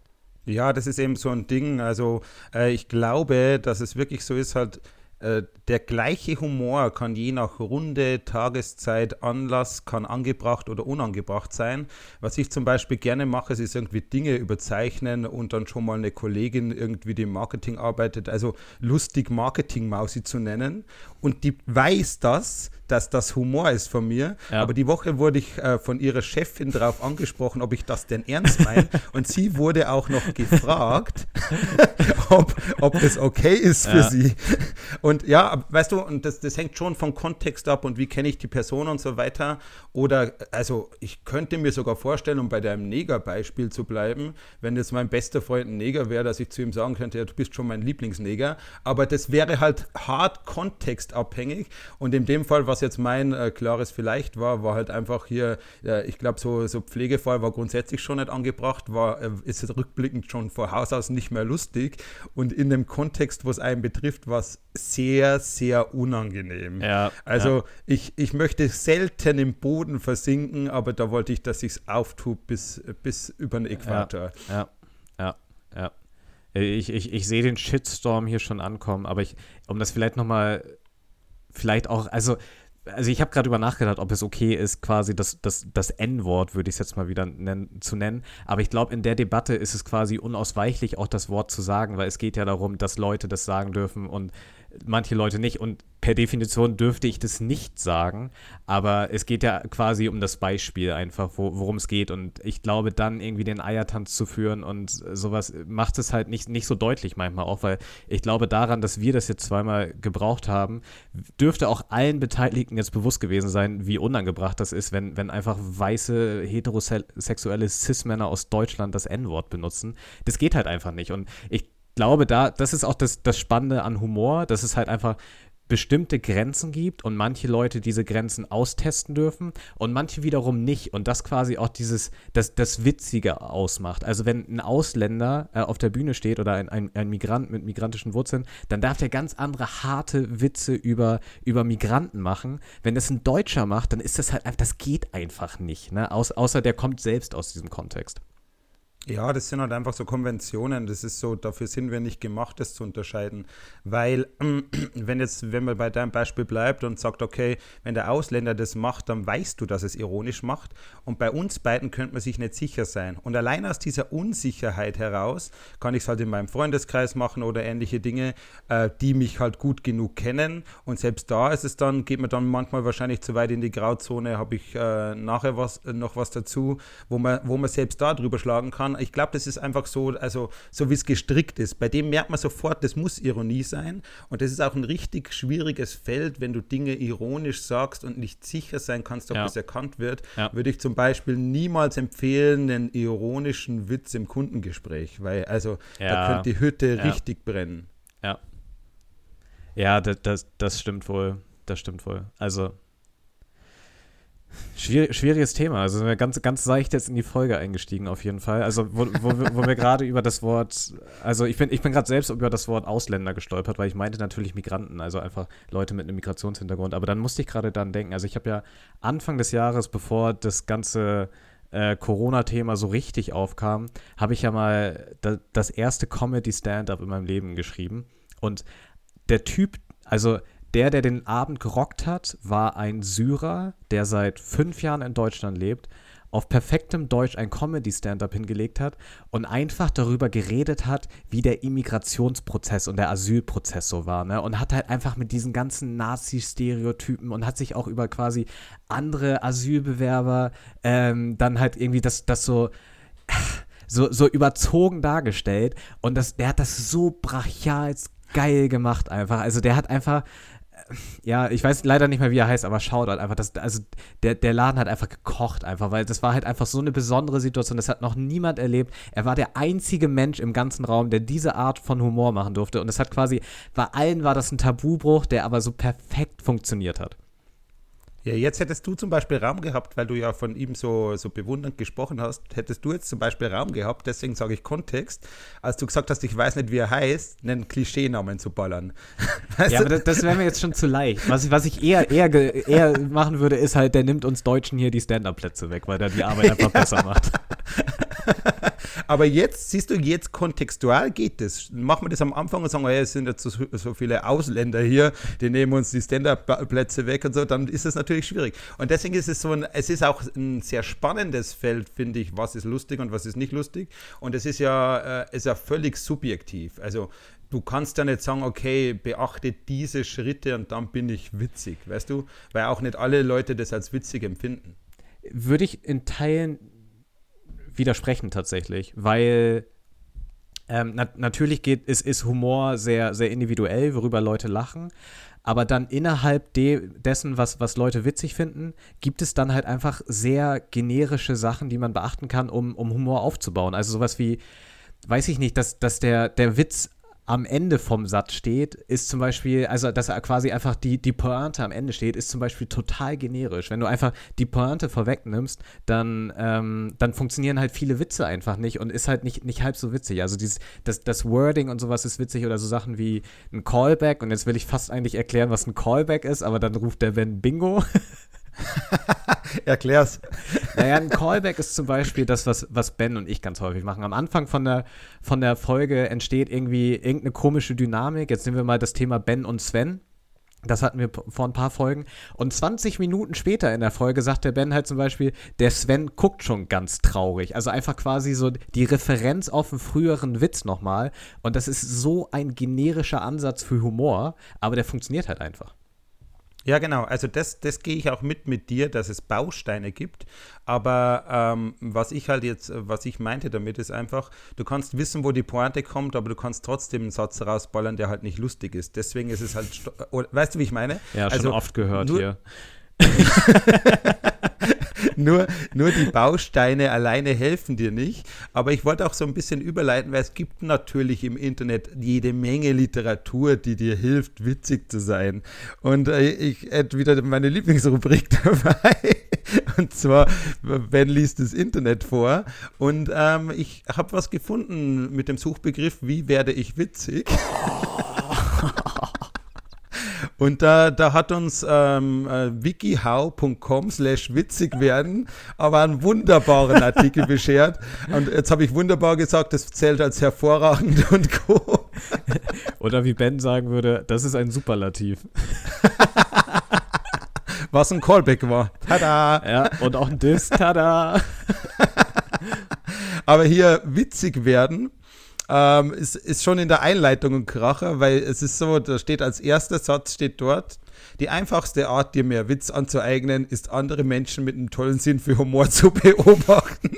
Ja, das ist eben so ein Ding. Also äh, ich glaube, dass es wirklich so ist, halt äh, der gleiche Humor kann je nach Runde, Tageszeit, Anlass, kann angebracht oder unangebracht sein. Was ich zum Beispiel gerne mache, ist irgendwie Dinge überzeichnen und dann schon mal eine Kollegin irgendwie, die im Marketing arbeitet, also lustig Marketing-Mausi zu nennen. Und die weiß das, dass das Humor ist von mir. Ja. Aber die Woche wurde ich äh, von ihrer Chefin darauf angesprochen, ob ich das denn ernst meine. Und sie wurde auch noch gefragt, ob, ob das okay ist für ja. sie. Und ja, weißt du, und das, das hängt schon vom Kontext ab und wie kenne ich die Person und so weiter. Oder, also ich könnte mir sogar vorstellen, um bei deinem Neger-Beispiel zu bleiben, wenn jetzt mein bester Freund ein Neger wäre, dass ich zu ihm sagen könnte, ja, du bist schon mein Lieblingsneger. Aber das wäre halt hart kontextabhängig. Und in dem Fall, was jetzt mein äh, klares Vielleicht war, war halt einfach hier, äh, ich glaube, so, so Pflegefall war grundsätzlich schon nicht angebracht, war, äh, ist rückblickend schon von Haus aus nicht mehr lustig. Und in dem Kontext, wo es einen betrifft, war es sehr, sehr unangenehm. Ja, also ja. Ich, ich möchte selten im Boden versinken, aber da wollte ich, dass ich es auftut bis, bis über den Äquator. Ja, ja, ja. ja. Ich, ich, ich sehe den Shitstorm hier schon ankommen, aber ich, um das vielleicht nochmal, vielleicht auch, also Also ich habe gerade über nachgedacht, ob es okay ist, quasi das, das, das En-Wort, würde ich es jetzt mal wieder nennen, zu nennen. Aber ich glaube, in der Debatte ist es quasi unausweichlich, auch das Wort zu sagen, weil es geht ja darum, dass Leute das sagen dürfen und manche Leute nicht. Und per Definition dürfte ich das nicht sagen, aber es geht ja quasi um das Beispiel einfach, wo, worum es geht. Und ich glaube, dann irgendwie den Eiertanz zu führen und sowas macht es halt nicht, nicht so deutlich manchmal auch, weil ich glaube daran, dass wir das jetzt zweimal gebraucht haben, dürfte auch allen Beteiligten jetzt bewusst gewesen sein, wie unangebracht das ist, wenn, wenn einfach weiße, heterosexuelle Cis-Männer aus Deutschland das En-Wort benutzen. Das geht halt einfach nicht. Und ich glaube, da, das ist auch das, das Spannende an Humor, dass es halt einfach bestimmte Grenzen gibt und manche Leute diese Grenzen austesten dürfen und manche wiederum nicht und das quasi auch dieses, das, das Witzige ausmacht. Also wenn ein Ausländer äh, auf der Bühne steht oder ein, ein, ein Migrant mit migrantischen Wurzeln, dann darf der ganz andere harte Witze über, über Migranten machen. Wenn das ein Deutscher macht, dann ist das halt einfach, das geht einfach nicht, ne? Aus, außer der kommt selbst aus diesem Kontext. Ja, das sind halt einfach so Konventionen. Das ist so, dafür sind wir nicht gemacht, das zu unterscheiden. Weil, wenn jetzt, wenn man bei deinem Beispiel bleibt und sagt, okay, wenn der Ausländer das macht, dann weißt du, dass es ironisch macht. Und bei uns beiden könnte man sich nicht sicher sein. Und allein aus dieser Unsicherheit heraus kann ich es halt in meinem Freundeskreis machen oder ähnliche Dinge, äh, die mich halt gut genug kennen. Und selbst da ist es dann, geht man dann manchmal wahrscheinlich zu weit in die Grauzone, habe ich äh, nachher was, äh, noch was dazu, wo man, wo man selbst da drüber schlagen kann. Ich glaube, das ist einfach so, also so wie es gestrickt ist. Bei dem merkt man sofort, das muss Ironie sein. Und das ist auch ein richtig schwieriges Feld, wenn du Dinge ironisch sagst und nicht sicher sein kannst, ob ja. das erkannt wird. Ja. Würde ich zum Beispiel niemals empfehlen, einen ironischen Witz im Kundengespräch, weil also ja. da könnte die Hütte ja. richtig brennen. Ja. Ja, das, das, das stimmt wohl. Das stimmt wohl. Also Schwierig, schwieriges Thema, also sind wir ganz, ganz seicht jetzt in die Folge eingestiegen auf jeden Fall, also wo, wo, wir, wo wir gerade über das Wort, also ich bin, ich bin gerade selbst über das Wort Ausländer gestolpert, weil ich meinte natürlich Migranten, also einfach Leute mit einem Migrationshintergrund, aber dann musste ich gerade daran denken, also ich habe ja Anfang des Jahres, bevor das ganze äh, Corona-Thema so richtig aufkam, habe ich ja mal da, das erste Comedy-Stand-Up in meinem Leben geschrieben und der Typ, also Der, der den Abend gerockt hat, war ein Syrer, der seit fünf Jahren in Deutschland lebt, auf perfektem Deutsch ein Comedy-Stand-Up hingelegt hat und einfach darüber geredet hat, wie der Immigrationsprozess und der Asylprozess so war, ne? Und hat halt einfach mit diesen ganzen Nazi-Stereotypen und hat sich auch über quasi andere Asylbewerber ähm, dann halt irgendwie das, das so... So, so überzogen dargestellt und das, der hat das so brachial geil gemacht einfach. Also der hat einfach, ja, ich weiß leider nicht mehr, wie er heißt, aber schaut halt einfach, das, also der, der Laden hat einfach gekocht einfach, weil das war halt einfach so eine besondere Situation, das hat noch niemand erlebt. Er war der einzige Mensch im ganzen Raum, der diese Art von Humor machen durfte und es hat quasi, bei allen war das ein Tabubruch, der aber so perfekt funktioniert hat. Ja, jetzt hättest du zum Beispiel Raum gehabt, weil du ja von ihm so, so bewundernd gesprochen hast, hättest du jetzt zum Beispiel Raum gehabt, deswegen sage ich Kontext, als du gesagt hast, ich weiß nicht, wie er heißt, einen Klischeenamen zu ballern. Weißt ja, du? aber das, das wäre mir jetzt schon zu leicht. Was ich, was ich eher, eher, eher machen würde, ist halt, der nimmt uns Deutschen hier die Stand-Up-Plätze weg, weil der die Arbeit einfach besser macht. Aber jetzt, siehst du, jetzt kontextual geht das. Machen wir das am Anfang und sagen, hey, es sind jetzt so, so viele Ausländer hier, die nehmen uns die Stand-Up-Plätze weg und so, dann ist das natürlich schwierig. Und deswegen ist es so ein, es ist auch ein sehr spannendes Feld, finde ich, was ist lustig und was ist nicht lustig. Und es ist ja, äh, ist ja völlig subjektiv. Also du kannst ja nicht sagen, okay, beachte diese Schritte und dann bin ich witzig, weißt du? Weil auch nicht alle Leute das als witzig empfinden. Würde ich in Teilen widersprechen tatsächlich, weil ähm, na- natürlich geht, ist, ist Humor sehr, sehr individuell, worüber Leute lachen, aber dann innerhalb de- dessen, was, was Leute witzig finden, gibt es dann halt einfach sehr generische Sachen, die man beachten kann, um, um Humor aufzubauen. Also sowas wie, weiß ich nicht, dass, dass der, der Witz am Ende vom Satz steht, ist zum Beispiel, also dass er quasi einfach die, die Pointe am Ende steht, ist zum Beispiel total generisch. Wenn du einfach die Pointe vorwegnimmst, dann, ähm, dann funktionieren halt viele Witze einfach nicht und ist halt nicht, nicht halb so witzig. Also dieses, das, das Wording und sowas ist witzig oder so Sachen wie ein Callback und jetzt will ich fast eigentlich erklären, was ein Callback ist, aber dann ruft der Ben Bingo. Erklär's. Naja, ein Callback ist zum Beispiel das, was, was Ben und ich ganz häufig machen. Am Anfang von der, von der Folge entsteht irgendwie irgendeine komische Dynamik. Jetzt nehmen wir mal das Thema Ben und Sven. Das hatten wir p- vor ein paar Folgen. Und zwanzig Minuten später in der Folge sagt der Ben halt zum Beispiel, der Sven guckt schon ganz traurig. Also einfach quasi so die Referenz auf einen früheren Witz nochmal. Und das ist so ein generischer Ansatz für Humor, aber der funktioniert halt einfach. Ja, genau. Also das, das gehe ich auch mit mit dir, dass es Bausteine gibt. Aber ähm, was ich halt jetzt, was ich meinte damit, ist einfach, du kannst wissen, wo die Pointe kommt, aber du kannst trotzdem einen Satz rausballern, der halt nicht lustig ist. Deswegen ist es halt, sto- oder, weißt du, wie ich meine? Ja, schon also, oft gehört nur, hier. nur, nur die Bausteine alleine helfen dir nicht. Aber ich wollte auch so ein bisschen überleiten, weil es gibt natürlich im Internet jede Menge Literatur, die dir hilft, witzig zu sein. Und äh, ich hätte wieder meine Lieblingsrubrik dabei. Und zwar, Ben liest das Internet vor. Und ähm, ich habe was gefunden mit dem Suchbegriff, wie werde ich witzig? Und da, da hat uns ähm, äh, wikihow punkt com slash witzig werden aber einen wunderbaren Artikel beschert. Und jetzt habe ich wunderbar gesagt, das zählt als hervorragend und Co. Oder wie Ben sagen würde, das ist ein Superlativ. Was ein Callback war. Tada! Ja, und auch ein Diss, tada! Aber hier witzig werden ähm, ist, ist schon in der Einleitung ein Kracher, weil es ist so, da steht als erster Satz, steht dort, die einfachste Art, dir mehr Witz anzueignen, ist andere Menschen mit einem tollen Sinn für Humor zu beobachten.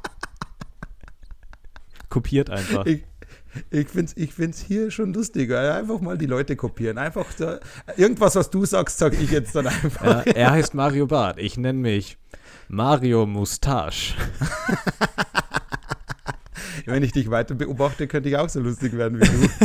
Kopiert einfach. Ich, ich finde es ich find's hier schon lustiger. Einfach mal die Leute kopieren. Einfach so, irgendwas, was du sagst, sage ich jetzt dann einfach. Ja, er heißt Mario Barth. Ich nenne mich Mario Mustache. Wenn ich dich weiter beobachte, könnte ich auch so lustig werden wie du.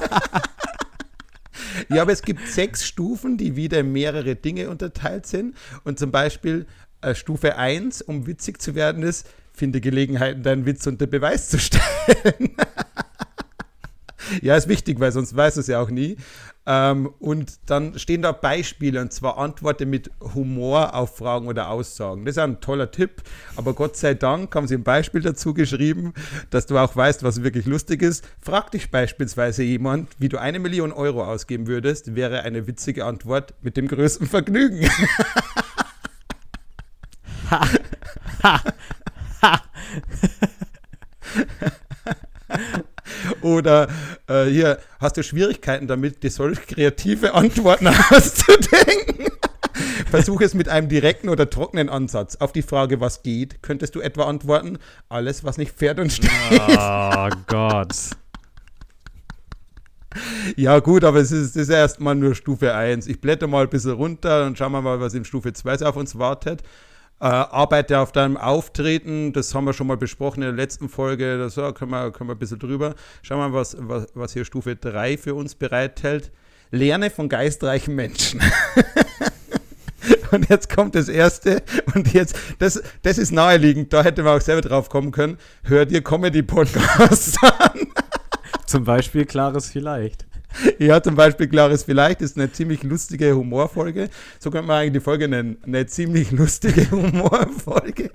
Ja, aber es gibt sechs Stufen, die wieder in mehrere Dinge unterteilt sind. Und zum Beispiel äh, Stufe eins, um witzig zu werden, ist, finde Gelegenheiten, deinen Witz unter Beweis zu stellen. Ja, ist wichtig, weil sonst weißt du es ja auch nie. Ähm, und dann stehen da Beispiele, und zwar Antworten mit Humor auf Fragen oder Aussagen. Das ist ein toller Tipp, aber Gott sei Dank haben sie ein Beispiel dazu geschrieben, dass du auch weißt, was wirklich lustig ist. Frag dich beispielsweise jemand, wie du eine Million Euro ausgeben würdest, wäre eine witzige Antwort mit dem größten Vergnügen. Ha! Ha! Ha! Oder äh, hier, hast du Schwierigkeiten damit, dir solch kreative Antworten auszudenken? Versuch es mit einem direkten oder trockenen Ansatz. Auf die Frage, was geht, könntest du etwa antworten, alles, was nicht fährt und steht. Oh Gott. Ja gut, aber es ist, ist erstmal nur Stufe eins. Ich blätter mal ein bisschen runter und schauen wir mal, was in Stufe zwei auf uns wartet. Äh, arbeite auf deinem Auftreten, das haben wir schon mal besprochen in der letzten Folge, das ja, können, wir, können wir ein bisschen drüber. Schauen wir mal, was, was, was hier Stufe drei für uns bereithält. Lerne von geistreichen Menschen. Und jetzt kommt das erste, und jetzt, das, das ist naheliegend, da hätte man auch selber drauf kommen können. Hör dir Comedy-Podcasts an. Zum Beispiel Klares Vielleicht. Ja, zum Beispiel Klares Vielleicht ist eine ziemlich lustige Humorfolge. So könnte man eigentlich die Folge nennen. Eine ziemlich lustige Humorfolge.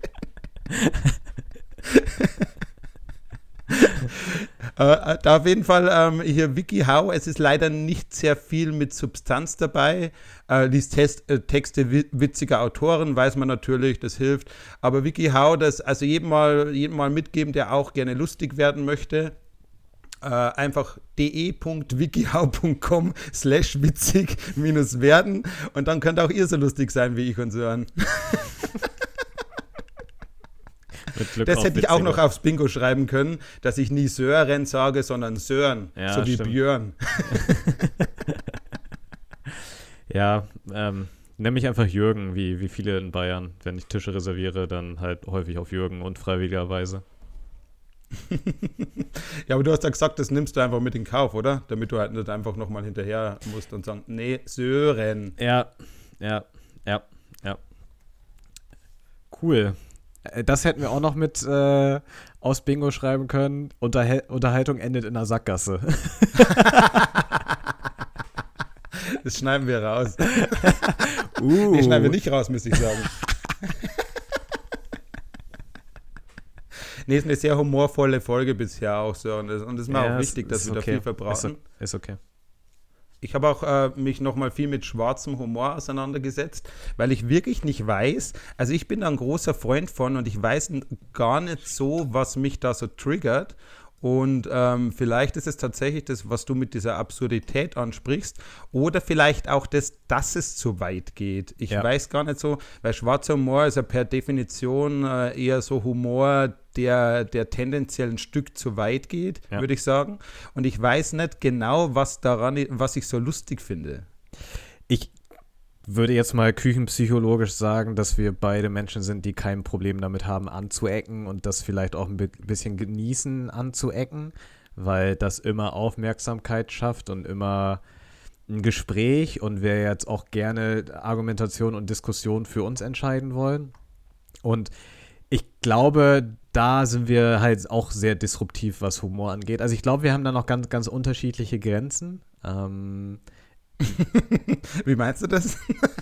äh, da auf jeden Fall ähm, hier WikiHow. Es ist leider nicht sehr viel mit Substanz dabei. Äh, liest Test, äh, Texte wi- witziger Autoren, weiß man natürlich, das hilft. Aber WikiHow, das also jedem mal, jedem mal mitgeben, der auch gerne lustig werden möchte. Äh, einfach de punkt wikihow punkt com slash witzig minus werden und dann könnt auch ihr so lustig sein wie ich und Sören. Das hätte ich auch noch aufs Bingo schreiben können, dass ich nie Sören sage, sondern Sören, Ja, so wie stimmt. Björn. Ja, ähm, nenn mich einfach Jürgen, wie, wie viele in Bayern. Wenn ich Tische reserviere, dann halt häufig auf Jürgen, unfreiwilligerweise. Ja, aber du hast ja gesagt, das nimmst du einfach mit in Kauf, oder? Damit du halt nicht einfach nochmal hinterher musst und sagen, nee, Sören. Ja, ja, ja, ja. Cool. Äh, Das hätten wir auch noch mit äh, aus Bingo schreiben können. Unterhal- Unterhaltung endet in der Sackgasse. Das schneiden wir raus. Uh. Nee, schneiden wir nicht raus, müsste ich sagen. Nee, ist eine sehr humorvolle Folge bisher auch so. Und es ist mir Ja, auch es wichtig, dass ist wir okay. da viel verbrauchen. Ist, ist okay. Ich habe auch äh, mich nochmal viel mit schwarzem Humor auseinandergesetzt, weil ich wirklich nicht weiß, also ich bin da ein großer Freund von und ich weiß n- gar nicht so, was mich da so triggert. Und ähm, vielleicht ist es tatsächlich das, was du mit dieser Absurdität ansprichst, oder vielleicht auch das, dass es zu weit geht. Ich Ja. weiß gar nicht so, weil schwarzer Humor ist ja per Definition äh, eher so Humor, der, der tendenziell ein Stück zu weit geht, Ja. würde ich sagen. Und ich weiß nicht genau, was daran, i- was ich so lustig finde. Ich würde jetzt mal küchenpsychologisch sagen, dass wir beide Menschen sind, die kein Problem damit haben, anzuecken und das vielleicht auch ein bi- bisschen genießen, anzuecken, weil das immer Aufmerksamkeit schafft und immer ein Gespräch und wir jetzt auch gerne Argumentation und Diskussion für uns entscheiden wollen. Und ich glaube, da sind wir halt auch sehr disruptiv, was Humor angeht. Also ich glaube, wir haben da noch ganz, ganz unterschiedliche Grenzen. Ähm, Wie meinst du das?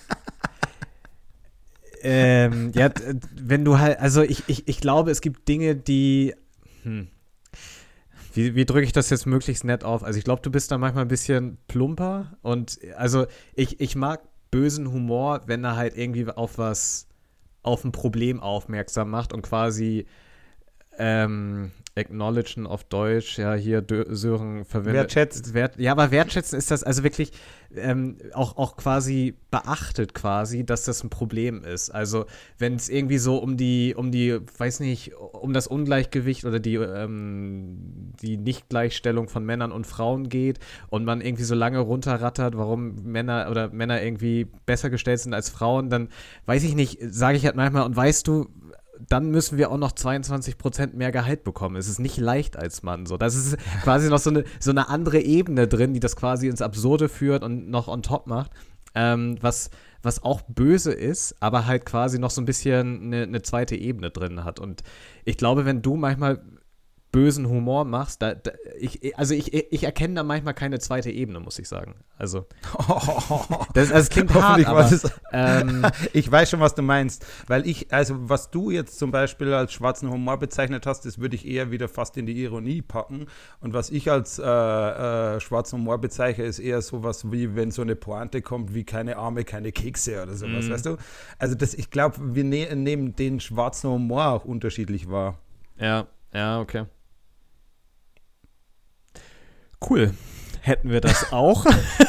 ähm, ja, d- wenn du halt, also ich, ich, ich glaube, es gibt Dinge, die, hm, wie, wie drücke ich das jetzt möglichst nett auf? Also ich glaube, du bist da manchmal ein bisschen plumper und also ich, ich mag bösen Humor, wenn er halt irgendwie auf was, auf ein Problem aufmerksam macht und quasi ähm, acknowledgen auf Deutsch, ja, hier Dö- Sören verwendet. Wertschätzt. Wert, ja, aber wertschätzen ist das also wirklich ähm, auch, auch quasi beachtet quasi, dass das ein Problem ist. Also wenn es irgendwie so um die, um die, weiß nicht, um das Ungleichgewicht oder die, ähm, die Nichtgleichstellung von Männern und Frauen geht und man irgendwie so lange runterrattert, warum Männer oder Männer irgendwie besser gestellt sind als Frauen, dann weiß ich nicht, sage ich halt manchmal, und weißt du, dann müssen wir auch noch zweiundzwanzig Prozent mehr Gehalt bekommen. Es ist nicht leicht als Mann. So. Das ist quasi noch so eine, so eine andere Ebene drin, die das quasi ins Absurde führt und noch on top macht. Ähm, was, was auch böse ist, aber halt quasi noch so ein bisschen eine, eine zweite Ebene drin hat. Und ich glaube, wenn du manchmal bösen Humor machst, da, da, ich, also ich, ich erkenne da manchmal keine zweite Ebene, muss ich sagen. Also, das, also es klingt hart, Hoffentlich aber war es- ähm, Ich weiß schon, was du meinst, weil ich, also was du jetzt zum Beispiel als schwarzen Humor bezeichnet hast, das würde ich eher wieder fast in die Ironie packen, und was ich als äh, äh, schwarzen Humor bezeichne, ist eher sowas wie, wenn so eine Pointe kommt, wie keine Arme, keine Kekse oder sowas, Mhm. weißt du? Also das, ich glaube, wir ne nehmen den schwarzen Humor auch unterschiedlich wahr. ja, ja, okay. Cool. Hätten wir das auch?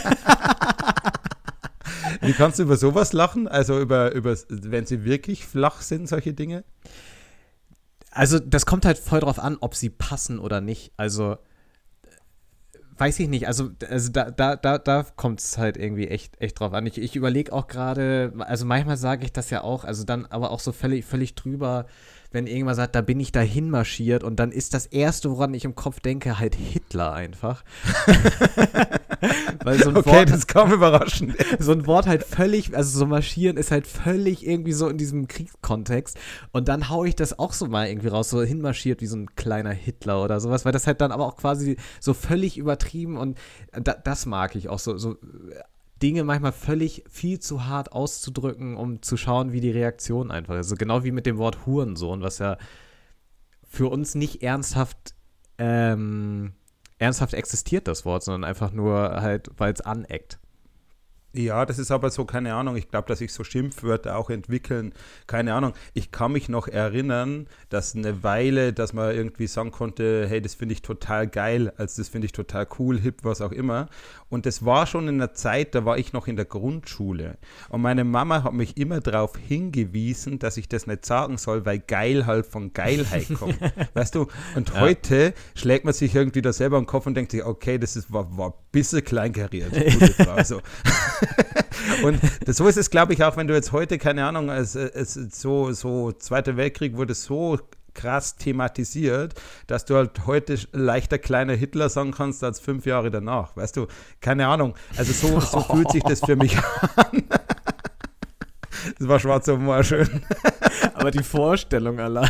Wie kannst du über sowas lachen? Also über, über, wenn sie wirklich flach sind, solche Dinge? Also, das kommt halt voll drauf an, ob sie passen oder nicht. Also, weiß ich nicht. Also, also da, da, da, da kommt es halt irgendwie echt, echt drauf an. Ich, ich überlege auch gerade, also manchmal sage ich das ja auch, also dann aber auch so völlig, völlig drüber, wenn irgendwas sagt, da bin ich dahin marschiert und dann ist das Erste, woran ich im Kopf denke, halt Hitler einfach. Weil so ein Okay, Wort, das kam überraschend. so ein Wort halt völlig, also so marschieren ist halt völlig irgendwie so in diesem Kriegskontext und dann haue ich das auch so mal irgendwie raus, so hinmarschiert wie so ein kleiner Hitler oder sowas, weil das halt dann aber auch quasi so völlig übertrieben und da, das mag ich auch so, so Dinge manchmal völlig viel zu hart auszudrücken, um zu schauen, wie die Reaktion einfach ist. So genau wie mit dem Wort Hurensohn, was ja für uns nicht ernsthaft ähm, ernsthaft existiert, das Wort, sondern einfach nur halt, weil es aneckt. Ja, das ist aber so, keine Ahnung, ich glaube, dass sich so Schimpfwörter auch entwickeln, keine Ahnung. Ich kann mich noch erinnern, dass eine Weile, dass man irgendwie sagen konnte, hey, das finde ich total geil, also das finde ich total cool, hip, was auch immer. Und das war schon in einer Zeit, da war ich noch in der Grundschule. Und meine Mama hat mich immer darauf hingewiesen, dass ich das nicht sagen soll, weil geil halt von Geilheit kommt. Weißt du? Und Ja. heute schlägt man sich irgendwie da selber am Kopf und denkt sich, okay, das ist, war, war ein bisschen kleinkariert, gute Frau. So. Und das, so ist es, glaube ich, auch, wenn du jetzt heute, keine Ahnung, es, es, so, so Zweiter Weltkrieg wurde so krass thematisiert, dass du halt heute leichter kleiner Hitler sagen kannst als fünf Jahre danach, weißt du? Keine Ahnung. Also so, so fühlt sich das für mich an. Das war schwarzer Humor, schön. Aber die Vorstellung allein.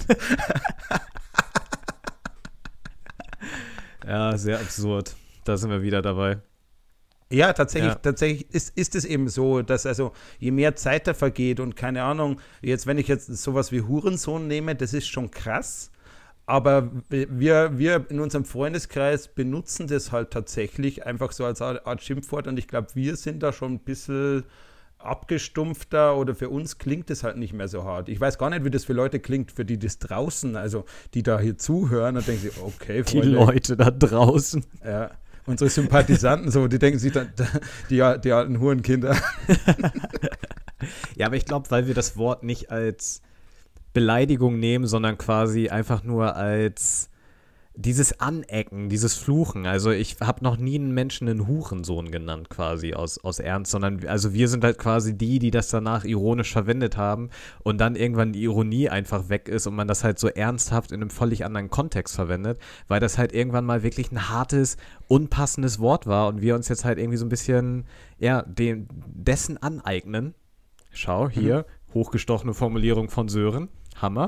Ja, sehr absurd. Da sind wir wieder dabei. Ja, tatsächlich, Ja. tatsächlich ist, ist es eben so, dass also je mehr Zeit da vergeht und keine Ahnung, jetzt wenn ich jetzt sowas wie Hurensohn nehme, das ist schon krass, Aber wir, wir in unserem Freundeskreis benutzen das halt tatsächlich einfach so als Art Schimpfwort und ich glaube, wir sind da schon ein bisschen abgestumpfter oder für uns klingt es halt nicht mehr so hart. Ich weiß gar nicht, wie das für Leute klingt, für die das draußen, also die da hier zuhören und denken sich, okay, Die Freunde, Leute da draußen. ja, unsere Sympathisanten, so, die denken sich dann, die, die alten Hurenkinder. Ja, aber ich glaube, weil wir das Wort nicht als Beleidigung nehmen, sondern quasi einfach nur als dieses Anecken, dieses Fluchen. Also ich habe noch nie einen Menschen einen Hurensohn genannt quasi aus, aus Ernst, sondern also wir sind halt quasi die, die das danach ironisch verwendet haben und dann irgendwann die Ironie einfach weg ist und man das halt so ernsthaft in einem völlig anderen Kontext verwendet, weil das halt irgendwann mal wirklich ein hartes, unpassendes Wort war und wir uns jetzt halt irgendwie so ein bisschen, ja, dem, dessen aneignen. Schau, hier, mhm. hochgestochene Formulierung von Sören. Hammer.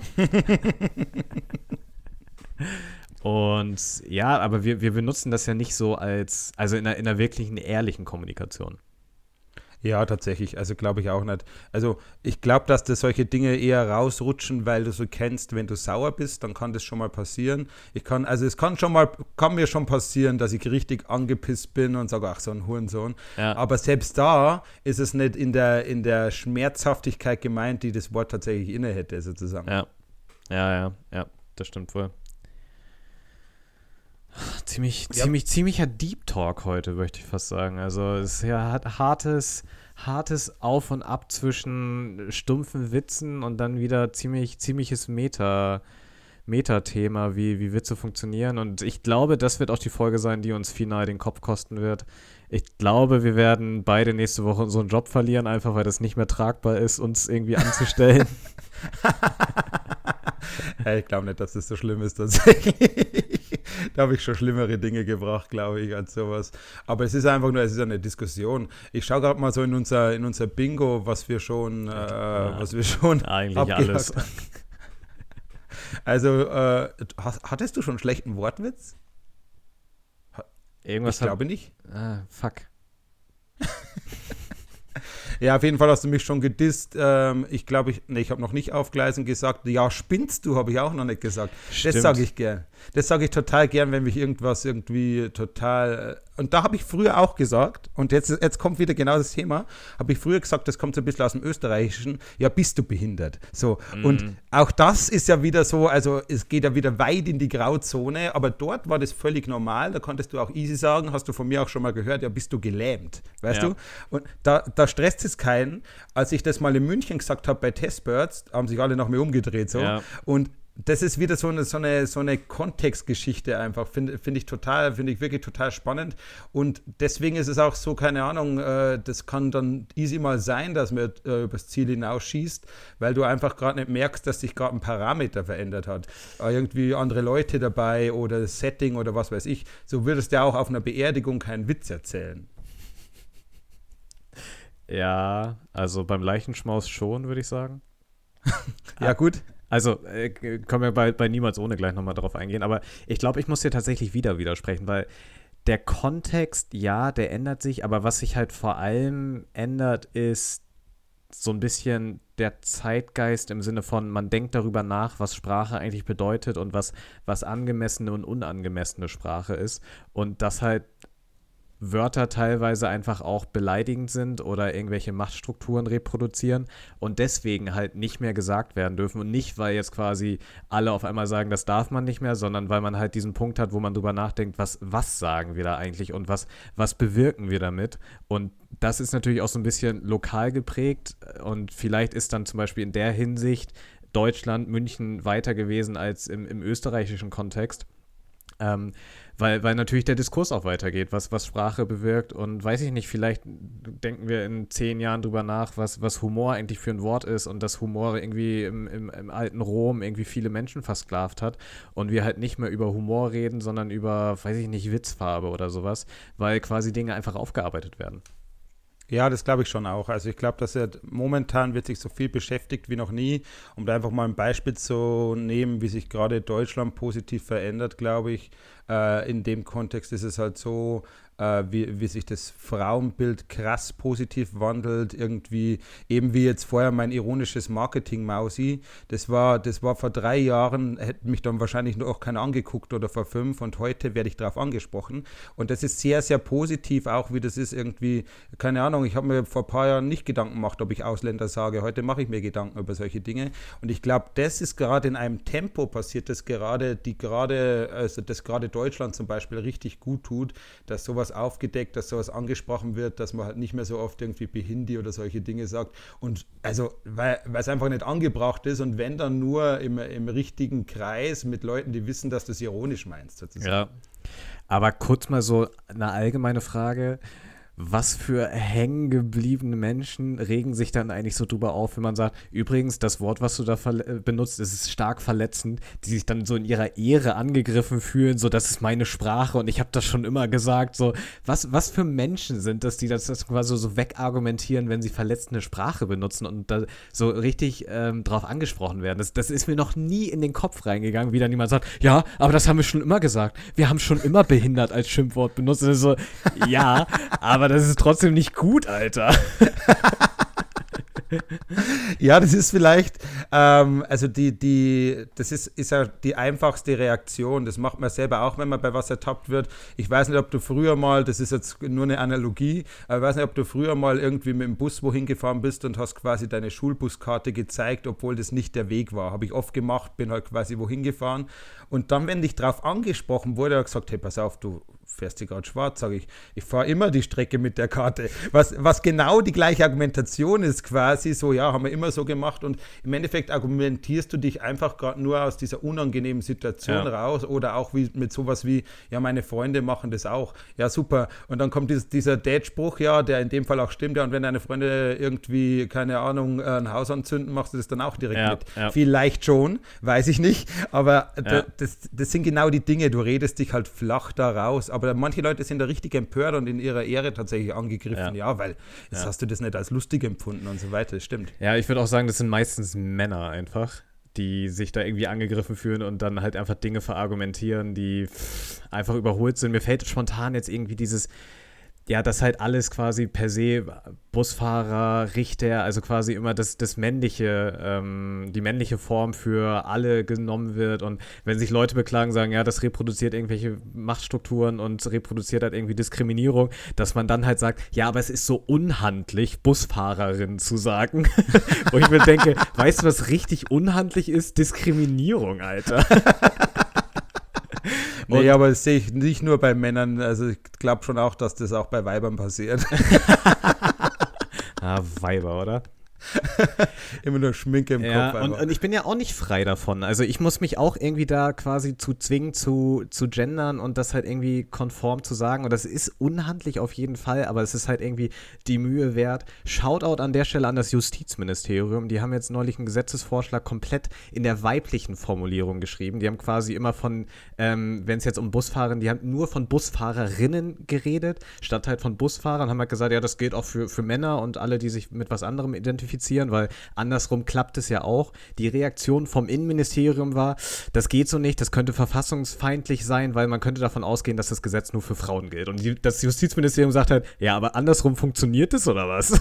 Und ja, aber wir, wir benutzen das ja nicht so als, also in einer, in einer wirklichen, ehrlichen Kommunikation. Ja, tatsächlich. Also glaube ich auch nicht. Also ich glaube, dass das solche Dinge eher rausrutschen, weil du so kennst, wenn du sauer bist, dann kann das schon mal passieren. Ich kann, also es kann schon mal, kann mir schon passieren, dass ich richtig angepisst bin und sage, ach, so ein Hurensohn. Ja. Aber selbst da ist es nicht in der, in der Schmerzhaftigkeit gemeint, die das Wort tatsächlich inne hätte, sozusagen. Ja, ja, ja, ja, das stimmt wohl. Ziemlich, ja. ziemlich, ziemlicher Deep Talk heute, möchte ich fast sagen. Also es ist ja hartes, hartes Auf und Ab zwischen stumpfen Witzen und dann wieder ziemlich, ziemliches Meta, Meta-Thema, wie, wie Witze funktionieren. Und ich glaube, das wird auch die Folge sein, die uns final den Kopf kosten wird. Ich glaube, wir werden beide nächste Woche unseren Job verlieren, einfach weil das nicht mehr tragbar ist, uns irgendwie anzustellen. Hey, ich glaube nicht, dass das so schlimm ist tatsächlich. Da habe ich schon schlimmere Dinge gebracht, glaube ich, als sowas. Aber es ist einfach nur, es ist eine Diskussion. Ich schaue gerade mal so in unser, in unser Bingo, was wir schon, äh, ja, was wir schon eigentlich alles. Haben. Also, äh, hast, hattest du schon einen schlechten Wortwitz? Irgendwas ich glaube hab, nicht. Ah, fuck. Ja, auf jeden Fall hast du mich schon gedisst. Ähm, ich glaube, ich, nee, ich habe noch nicht auf Gleisen gesagt. Ja, spinnst du, habe ich auch noch nicht gesagt. Stimmt. Das sage ich gern. Das sage ich total gern, wenn mich irgendwas irgendwie total... Und da habe ich früher auch gesagt, und jetzt, jetzt kommt wieder genau das Thema, habe ich früher gesagt, das kommt so ein bisschen aus dem Österreichischen, ja, bist du behindert? So, mm. Und auch das ist ja wieder so, also es geht ja wieder weit in die Grauzone, aber dort war das völlig normal, da konntest du auch easy sagen, hast du von mir auch schon mal gehört, ja, bist du gelähmt, weißt ja. du? Und da, da stresst es keinen. Als ich das mal in München gesagt habe bei Testbirds, haben sich alle nach mir umgedreht, so, ja. Und das ist wieder so eine, so eine, so eine Kontextgeschichte einfach, finde find ich total, finde ich wirklich total spannend und deswegen ist es auch so, keine Ahnung, äh, das kann dann easy mal sein, dass man äh, übers Ziel hinausschießt, weil du einfach gerade nicht merkst, dass sich gerade ein Parameter verändert hat. Äh, irgendwie andere Leute dabei oder das Setting oder was weiß ich, so würdest du ja auch auf einer Beerdigung keinen Witz erzählen. Ja, also beim Leichenschmaus schon, würde ich sagen. Ja, gut. Also, äh, können wir bei, bei Niemals ohne gleich nochmal drauf eingehen, aber ich glaube, ich muss dir tatsächlich wieder widersprechen, weil der Kontext, ja, der ändert sich, aber was sich halt vor allem ändert, ist so ein bisschen der Zeitgeist im Sinne von, man denkt darüber nach, was Sprache eigentlich bedeutet und was, was angemessene und unangemessene Sprache ist und das halt Wörter teilweise einfach auch beleidigend sind oder irgendwelche Machtstrukturen reproduzieren und deswegen halt nicht mehr gesagt werden dürfen und nicht, weil jetzt quasi alle auf einmal sagen, das darf man nicht mehr, sondern weil man halt diesen Punkt hat, wo man drüber nachdenkt, was, was sagen wir da eigentlich und was, was bewirken wir damit und das ist natürlich auch so ein bisschen lokal geprägt und vielleicht ist dann zum Beispiel in der Hinsicht Deutschland, München weiter gewesen als im, im österreichischen Kontext. Ähm, weil, weil natürlich der Diskurs auch weitergeht, was, was Sprache bewirkt und weiß ich nicht, vielleicht denken wir in zehn Jahren drüber nach, was, was Humor eigentlich für ein Wort ist und dass Humor irgendwie im, im, im alten Rom irgendwie viele Menschen versklavt hat und wir halt nicht mehr über Humor reden, sondern über, weiß ich nicht, Witzfarbe oder sowas, weil quasi Dinge einfach aufgearbeitet werden. Ja, das glaube ich schon auch. Also ich glaube, dass er momentan wird sich so viel beschäftigt wie noch nie. Um da einfach mal ein Beispiel zu nehmen, wie sich gerade Deutschland positiv verändert, glaube ich. Äh, in dem Kontext ist es halt so, äh, wie, wie sich das Frauenbild krass positiv wandelt, irgendwie, eben wie jetzt vorher mein ironisches Marketing-Mausi, das war, das war vor drei Jahren, hätte mich dann wahrscheinlich noch auch keiner angeguckt oder vor fünf und heute werde ich darauf angesprochen und das ist sehr, sehr positiv auch, wie das ist irgendwie, keine Ahnung, ich habe mir vor ein paar Jahren nicht Gedanken gemacht, ob ich Ausländer sage, heute mache ich mir Gedanken über solche Dinge und ich glaube, das ist gerade in einem Tempo passiert, das gerade, die gerade, also das gerade Deutschland zum Beispiel richtig gut tut, dass sowas aufgedeckt, dass sowas angesprochen wird, dass man halt nicht mehr so oft irgendwie Behindi oder solche Dinge sagt. Und also, weil es einfach nicht angebracht ist und wenn dann nur im, im richtigen Kreis mit Leuten, die wissen, dass du es ironisch meinst, sozusagen. Ja, aber kurz mal so eine allgemeine Frage. Was für hängengebliebene Menschen regen sich dann eigentlich so drüber auf, wenn man sagt, übrigens, das Wort, was du da verle- benutzt, ist stark verletzend, die sich dann so in ihrer Ehre angegriffen fühlen, so, das ist meine Sprache und ich habe das schon immer gesagt, so, was, was für Menschen sind das, die das, das quasi so wegargumentieren, wenn sie verletzende Sprache benutzen und da so richtig ähm, drauf angesprochen werden. Das, das ist mir noch nie in den Kopf reingegangen, wie dann jemand sagt, ja, aber das haben wir schon immer gesagt, wir haben schon immer behindert als Schimpfwort benutzt. Und so, ja, aber das ist trotzdem nicht gut, Alter. Ja, das ist vielleicht, ähm, also die, die, das ist, ist ja die einfachste Reaktion. Das macht man selber auch, wenn man bei was ertappt wird. Ich weiß nicht, ob du früher mal, das ist jetzt nur eine Analogie, aber ich weiß nicht, ob du früher mal irgendwie mit dem Bus wohin gefahren bist und hast quasi deine Schulbuskarte gezeigt, obwohl das nicht der Weg war. Habe ich oft gemacht, bin halt quasi wohin gefahren. Und dann, wenn dich drauf angesprochen wurde, hat er gesagt, hey, pass auf, du fährst hier gerade schwarz, sage ich, ich fahre immer die Strecke mit der Karte. Was, was genau die gleiche Argumentation ist quasi, so ja, haben wir immer so gemacht und im Endeffekt argumentierst du dich einfach gerade nur aus dieser unangenehmen Situation ja. raus oder auch wie, mit sowas wie, ja, meine Freunde machen das auch. Ja, super. Und dann kommt dieses, dieser Dad-Spruch, ja, der in dem Fall auch stimmt, ja, und wenn deine Freunde irgendwie, keine Ahnung, ein Haus anzünden, machst du das dann auch direkt ja, mit. Ja. Vielleicht schon, weiß ich nicht, aber ja. da, das, das sind genau die Dinge, du redest dich halt flach da raus, aber manche Leute sind da richtig empört und in ihrer Ehre tatsächlich angegriffen, ja, ja weil jetzt ja. hast du das nicht als lustig empfunden und so weiter, das stimmt. Ja, ich würde auch sagen, das sind meistens Männer einfach, die sich da irgendwie angegriffen fühlen und dann halt einfach Dinge verargumentieren, die einfach überholt sind. Mir fällt spontan jetzt irgendwie dieses, ja, dass halt alles quasi per se Busfahrer, Richter, also quasi immer das, das männliche, ähm, die männliche Form für alle genommen wird und wenn sich Leute beklagen, sagen, ja, das reproduziert irgendwelche Machtstrukturen und reproduziert halt irgendwie Diskriminierung, dass man dann halt sagt, ja, aber es ist so unhandlich, Busfahrerin zu sagen. Wo ich mir denke, weißt du, was richtig unhandlich ist? Diskriminierung, Alter. Nee, aber das sehe ich nicht nur bei Männern, also ich glaube schon auch, dass das auch bei Weibern passiert. Ah, Weiber, oder? Immer nur Schminke im ja, Kopf. Und, und ich bin ja auch nicht frei davon. Also ich muss mich auch irgendwie da quasi zu zwingen, zu, zu gendern und das halt irgendwie konform zu sagen. Und das ist unhandlich auf jeden Fall, aber es ist halt irgendwie die Mühe wert. Shoutout an der Stelle an das Justizministerium. Die haben jetzt neulich einen Gesetzesvorschlag komplett in der weiblichen Formulierung geschrieben. Die haben quasi immer von, ähm, wenn es jetzt um Busfahrer, die haben nur von Busfahrerinnen geredet, statt halt von Busfahrern. Haben halt gesagt, ja, das gilt auch für, für Männer und alle, die sich mit was anderem identifizieren. Weil andersrum klappt es ja auch. Die Reaktion vom Innenministerium war, das geht so nicht, das könnte verfassungsfeindlich sein, weil man könnte davon ausgehen, dass das Gesetz nur für Frauen gilt. Und die, das Justizministerium sagt halt, ja, aber andersrum funktioniert es oder was?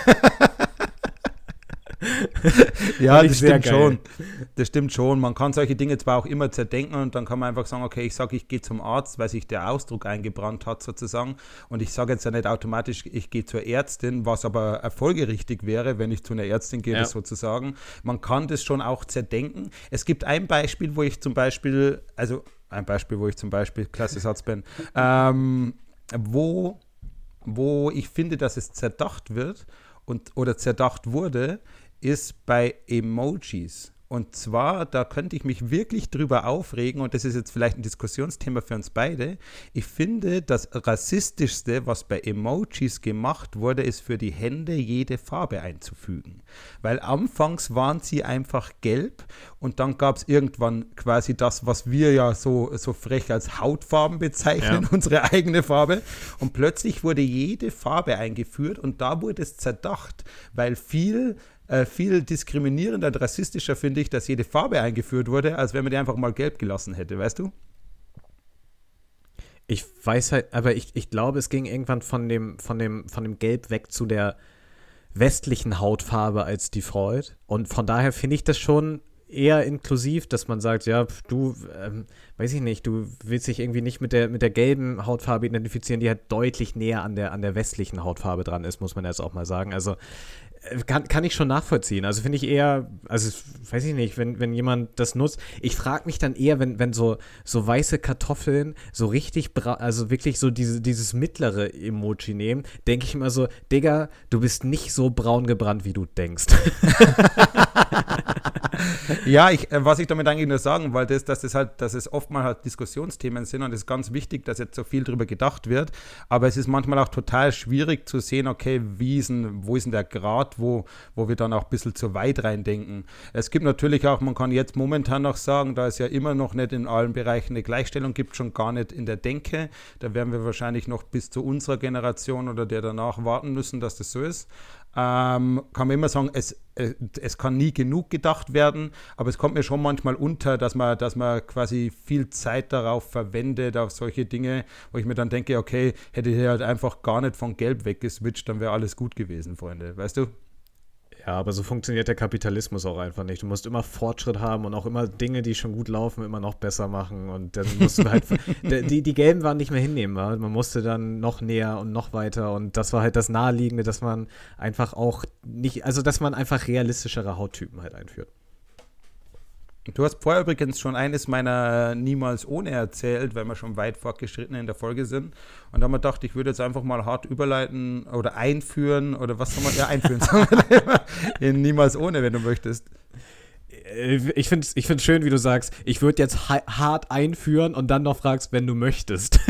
Ja, das stimmt geil. schon. Das stimmt schon. Man kann solche Dinge zwar auch immer zerdenken und dann kann man einfach sagen, okay, ich sage, ich gehe zum Arzt, weil sich der Ausdruck eingebrannt hat sozusagen. Und ich sage jetzt ja nicht automatisch, ich gehe zur Ärztin, was aber folgerichtig wäre, wenn ich zu einer Ärztin gehe, ja. das sozusagen. Man kann das schon auch zerdenken. Es gibt ein Beispiel, wo ich zum Beispiel, also ein Beispiel, wo ich zum Beispiel, klasse Satz bin, ähm, wo, wo ich finde, dass es zerdacht wird und, oder zerdacht wurde, ist bei Emojis. Und zwar, da könnte ich mich wirklich drüber aufregen, und das ist jetzt vielleicht ein Diskussionsthema für uns beide. Ich finde, das Rassistischste, was bei Emojis gemacht wurde, ist für die Hände jede Farbe einzufügen. Weil anfangs waren sie einfach gelb und dann gab es irgendwann quasi das, was wir ja so, so frech als Hautfarben bezeichnen, ja. unsere eigene Farbe. Und plötzlich wurde jede Farbe eingeführt und da wurde es zerdacht, weil viel Äh, viel diskriminierender und rassistischer finde ich, dass jede Farbe eingeführt wurde, als wenn man die einfach mal gelb gelassen hätte, weißt du? Ich weiß halt, aber ich, ich glaube, es ging irgendwann von dem, von dem, von dem Gelb weg zu der westlichen Hautfarbe als die Freud. Und von daher finde ich das schon eher inklusiv, dass man sagt, ja, du, ähm, weiß ich nicht, du willst dich irgendwie nicht mit der, mit der gelben Hautfarbe identifizieren, die halt deutlich näher an der, an der westlichen Hautfarbe dran ist, muss man jetzt auch mal sagen. Also Kann, kann ich schon nachvollziehen. Also finde ich eher, also weiß ich nicht, wenn, wenn jemand das nutzt. Ich frage mich dann eher, wenn, wenn so, so weiße Kartoffeln so richtig, bra- also wirklich so diese, dieses mittlere Emoji nehmen, denke ich immer so, Digga, du bist nicht so braun gebrannt, wie du denkst. Ja, ich, äh, was ich damit eigentlich nur sagen wollte, ist, dass es halt, dass es oftmals halt Diskussionsthemen sind und es ist ganz wichtig, dass jetzt so viel drüber gedacht wird. Aber es ist manchmal auch total schwierig zu sehen, okay, wie ist denn, wo ist denn der Grad, wo, wo wir dann auch ein bisschen zu weit reindenken. Es gibt natürlich auch, man kann jetzt momentan noch sagen, da es ja immer noch nicht in allen Bereichen eine Gleichstellung gibt, schon gar nicht in der Denke. Da werden wir wahrscheinlich noch bis zu unserer Generation oder der danach warten müssen, dass das so ist. Ähm, kann man immer sagen, es, es, es kann nie genug gedacht werden, aber es kommt mir schon manchmal unter, dass man, dass man quasi viel Zeit darauf verwendet, auf solche Dinge, wo ich mir dann denke, okay, hätte ich halt einfach gar nicht von Gelb weggeswitcht, dann wäre alles gut gewesen, Freunde, weißt du? Ja, aber so funktioniert der Kapitalismus auch einfach nicht. Du musst immer Fortschritt haben und auch immer Dinge, die schon gut laufen, immer noch besser machen. Und dann musst du halt, die, die Gelben waren nicht mehr hinnehmbar. Man musste dann noch näher und noch weiter. Und das war halt das Naheliegende, dass man einfach auch nicht, also dass man einfach realistischere Hauttypen halt einführt. Du hast vorher übrigens schon eines meiner Niemals ohne erzählt, weil wir schon weit fortgeschritten in der Folge sind. Und da haben wir gedacht, ich würde jetzt einfach mal hart überleiten oder einführen oder was soll man, ja, einführen, sagen wir immer, in Niemals ohne, wenn du möchtest. Ich finde es ich find's schön, wie du sagst, ich würde jetzt ha- hart einführen und dann noch fragst, wenn du möchtest.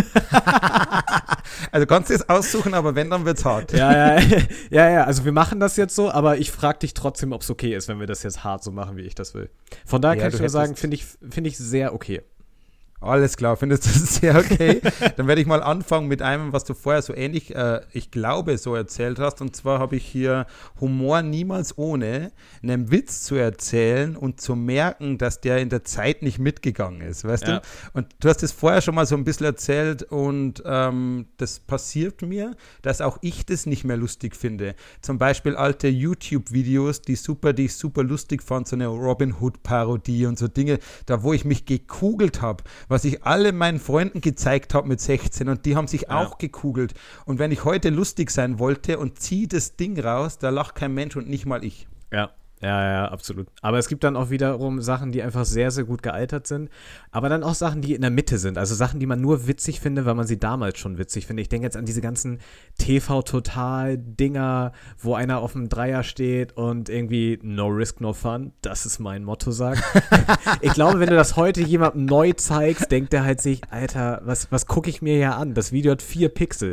Also kannst du es aussuchen, aber wenn, dann wird's hart. Ja, ja, ja, ja, also wir machen das jetzt so, aber ich frage dich trotzdem, ob es okay ist, wenn wir das jetzt hart so machen, wie ich das will. Von daher Ja, kann du ich nur sagen, hättest- finde ich, find ich sehr okay. Alles klar, findest du das sehr okay? Dann werde ich mal anfangen mit einem, was du vorher so ähnlich, äh, ich glaube, so erzählt hast. Und zwar habe ich hier Humor niemals ohne, einen Witz zu erzählen und zu merken, dass der in der Zeit nicht mitgegangen ist, weißt Ja. du? Und du hast es vorher schon mal so ein bisschen erzählt und ähm, das passiert mir, dass auch ich das nicht mehr lustig finde. Zum Beispiel alte YouTube-Videos, die super, die ich super lustig fand, so eine Robin Hood-Parodie und so Dinge, da wo ich mich gekugelt habe, was ich alle meinen Freunden gezeigt habe mit sechzehn und die haben sich Ja. auch gekugelt. Und wenn ich heute lustig sein wollte und ziehe das Ding raus, da lacht kein Mensch und nicht mal ich. Ja, ja, ja, absolut. Aber es gibt dann auch wiederum Sachen, die einfach sehr, sehr gut gealtert sind. Aber dann auch Sachen, die in der Mitte sind. Also Sachen, die man nur witzig findet, weil man sie damals schon witzig findet. Ich denke jetzt an diese ganzen T V-Total-Dinger, wo einer auf dem Dreier steht und irgendwie no risk, no fun. Das ist mein Motto, sagt. Ich glaube, wenn du das heute jemandem neu zeigst, denkt der halt sich, Alter, was, was gucke ich mir hier an? Das Video hat vier Pixel.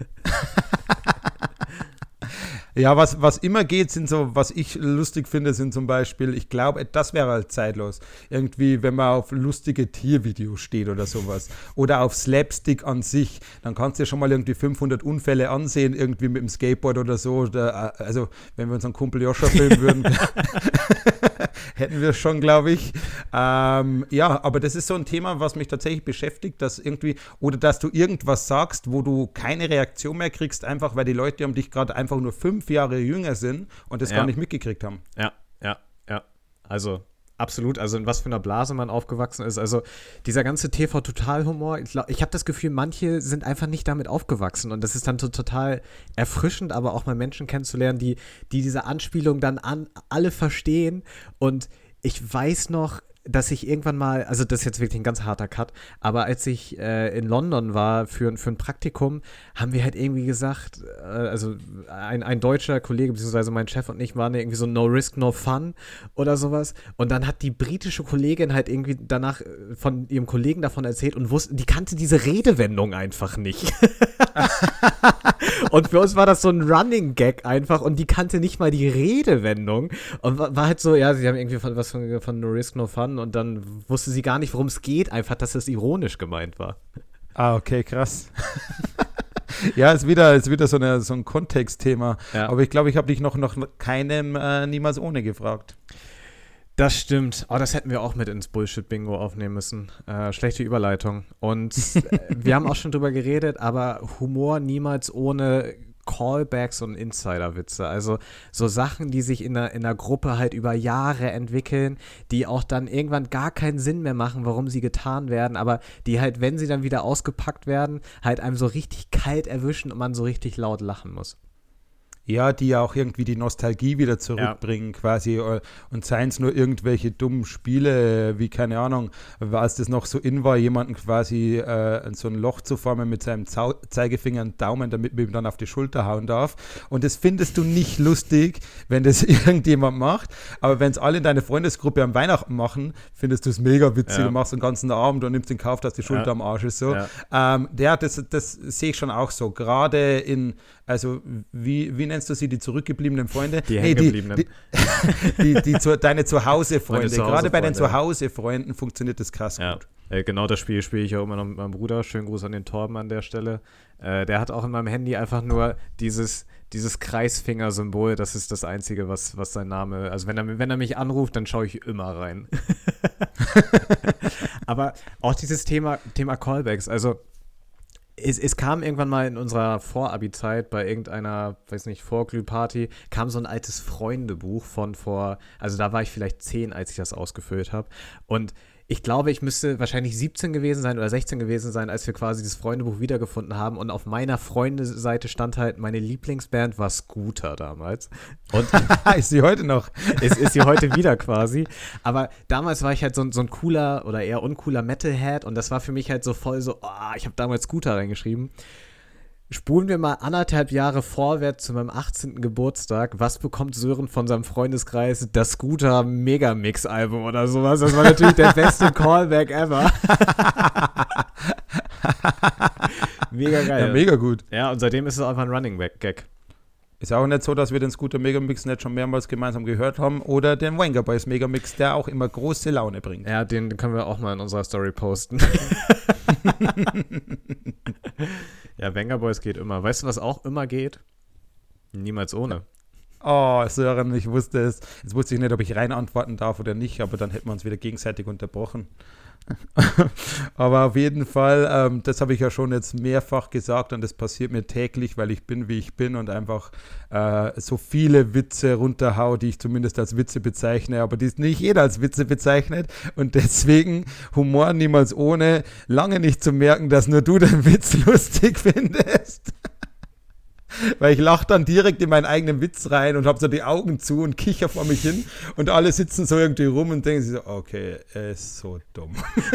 Ja, was, was immer geht, sind so, was ich lustig finde, sind zum Beispiel, ich glaube, das wäre halt zeitlos. Irgendwie, wenn man auf lustige Tiervideos steht oder sowas. Oder auf Slapstick an sich, dann kannst du ja schon mal irgendwie fünfhundert Unfälle ansehen, irgendwie mit dem Skateboard oder so. Oder, also, wenn wir unseren Kumpel Joscha filmen würden, hätten wir es schon, glaube ich. Ähm, ja, aber das ist so ein Thema, was mich tatsächlich beschäftigt, dass irgendwie, oder dass du irgendwas sagst, wo du keine Reaktion mehr kriegst, einfach weil die Leute um dich gerade einfach nur fünf Jahre jünger sind und das Ja. gar nicht mitgekriegt haben. Ja, ja, ja. Also absolut. Also in was für einer Blase man aufgewachsen ist. Also dieser ganze T V-Total-Humor, ich, glaub- ich habe das Gefühl, manche sind einfach nicht damit aufgewachsen. Und das ist dann so total erfrischend, aber auch mal Menschen kennenzulernen, die, die diese Anspielung dann an alle verstehen. Und ich weiß noch, dass ich irgendwann mal, also das ist jetzt wirklich ein ganz harter Cut, aber als ich äh, in London war für, für ein Praktikum, haben wir halt irgendwie gesagt, äh, also ein, ein deutscher Kollege, beziehungsweise mein Chef und ich waren irgendwie so no risk, no fun oder sowas. Und dann hat die britische Kollegin halt irgendwie danach äh, von ihrem Kollegen davon erzählt und wusste, die kannte diese Redewendung einfach nicht. Und für uns war das so ein Running Gag einfach und die kannte nicht mal die Redewendung und war, war halt so, ja, sie haben irgendwie von, was von, von No Risk, No Fun und dann wusste sie gar nicht, worum es geht, einfach, dass es ironisch gemeint war. Ah, okay, krass. Ja, ist wieder, ist wieder so, eine, so ein Kontextthema. Ja. Aber ich glaube, ich habe dich noch nach keinem äh, niemals ohne gefragt. Das stimmt. Oh, das hätten wir auch mit ins Bullshit-Bingo aufnehmen müssen. Äh, schlechte Überleitung. Und äh, wir haben auch schon drüber geredet, aber Humor niemals ohne Callbacks und Insider-Witze. Also so Sachen, die sich in der, in der Gruppe halt über Jahre entwickeln, die auch dann irgendwann gar keinen Sinn mehr machen, warum sie getan werden, aber die halt, wenn sie dann wieder ausgepackt werden, halt einem so richtig kalt erwischen und man so richtig laut lachen muss. Ja, die ja auch irgendwie die Nostalgie wieder zurückbringen, ja. quasi. Und seien es nur irgendwelche dummen Spiele, wie, keine Ahnung, als das noch so in war, jemanden quasi äh, so ein Loch zu formen mit seinem Zau- Zeigefinger und Daumen, damit man ihm dann auf die Schulter hauen darf. Und das findest du nicht lustig, wenn das irgendjemand macht. Aber wenn es alle in deiner Freundesgruppe am Weihnachten machen, findest du es mega witzig. Ja. Du machst den ganzen Abend und nimmst den Kauf, dass die Schulter ja. am Arsch ist. So. Ja, ähm, ja das, das sehe ich schon auch so. Gerade in, also wie, wie nennst du sie, die zurückgebliebenen Freunde? Die hängengebliebenen. Nee, die, die, die, die zu, deine Zuhause-Freunde. Zuhause Gerade bei den Freunde. Zuhause-Freunden funktioniert das krass ja. gut. Äh, genau das Spiel spiele ich ja immer noch mit meinem Bruder. Schönen Gruß an den Torben an der Stelle. Äh, der hat auch in meinem Handy einfach nur dieses, dieses Kreisfinger-Symbol. Das ist das Einzige, was, was sein Name, also wenn er, wenn er mich anruft, dann schaue ich immer rein. Aber auch dieses Thema, Thema Callbacks, also Es, es kam irgendwann mal in unserer Vorabi-Zeit bei irgendeiner, weiß nicht, Vorglühparty, kam so ein altes Freundebuch von vor, also da war ich vielleicht zehn, als ich das ausgefüllt habe. Und ich glaube, ich müsste wahrscheinlich siebzehn gewesen sein oder sechzehn gewesen sein, als wir quasi das Freundebuch wiedergefunden haben. Und auf meiner Freundeseite stand halt, meine Lieblingsband war Scooter damals. Und ist sie heute noch? Es ist sie heute wieder quasi. Aber damals war ich halt so, so ein cooler oder eher uncooler Metalhead und das war für mich halt so voll so, oh, ich habe damals Scooter reingeschrieben. Spulen wir mal anderthalb Jahre vorwärts zu meinem achtzehnten Geburtstag. Was bekommt Sören von seinem Freundeskreis? Das Scooter Megamix-Album oder sowas. Das war natürlich der beste Callback ever. Mega geil. Ja, mega gut. Ja, und seitdem ist es einfach ein Running-Gag. Ist auch nicht so, dass wir den Scooter Megamix nicht schon mehrmals gemeinsam gehört haben oder den Wenger Boys Megamix, der auch immer große Laune bringt. Ja, den, den können wir auch mal in unserer Story posten. Ja, Wenger Boys geht immer. Weißt du, was auch immer geht? Niemals ohne. Oh, Sören, ich wusste es. Jetzt wusste ich nicht, ob ich rein antworten darf oder nicht, aber dann hätten wir uns wieder gegenseitig unterbrochen. Aber auf jeden Fall, ähm, das habe ich ja schon jetzt mehrfach gesagt und das passiert mir täglich, weil ich bin, wie ich bin und einfach äh, so viele Witze runterhau, die ich zumindest als Witze bezeichne, aber die nicht jeder als Witze bezeichnet und deswegen Humor niemals ohne, lange nicht zu merken, dass nur du den Witz lustig findest. Weil ich lache dann direkt in meinen eigenen Witz rein und habe so die Augen zu und kicher vor mich hin und alle sitzen so irgendwie rum und denken sich so, okay, er ist so dumm.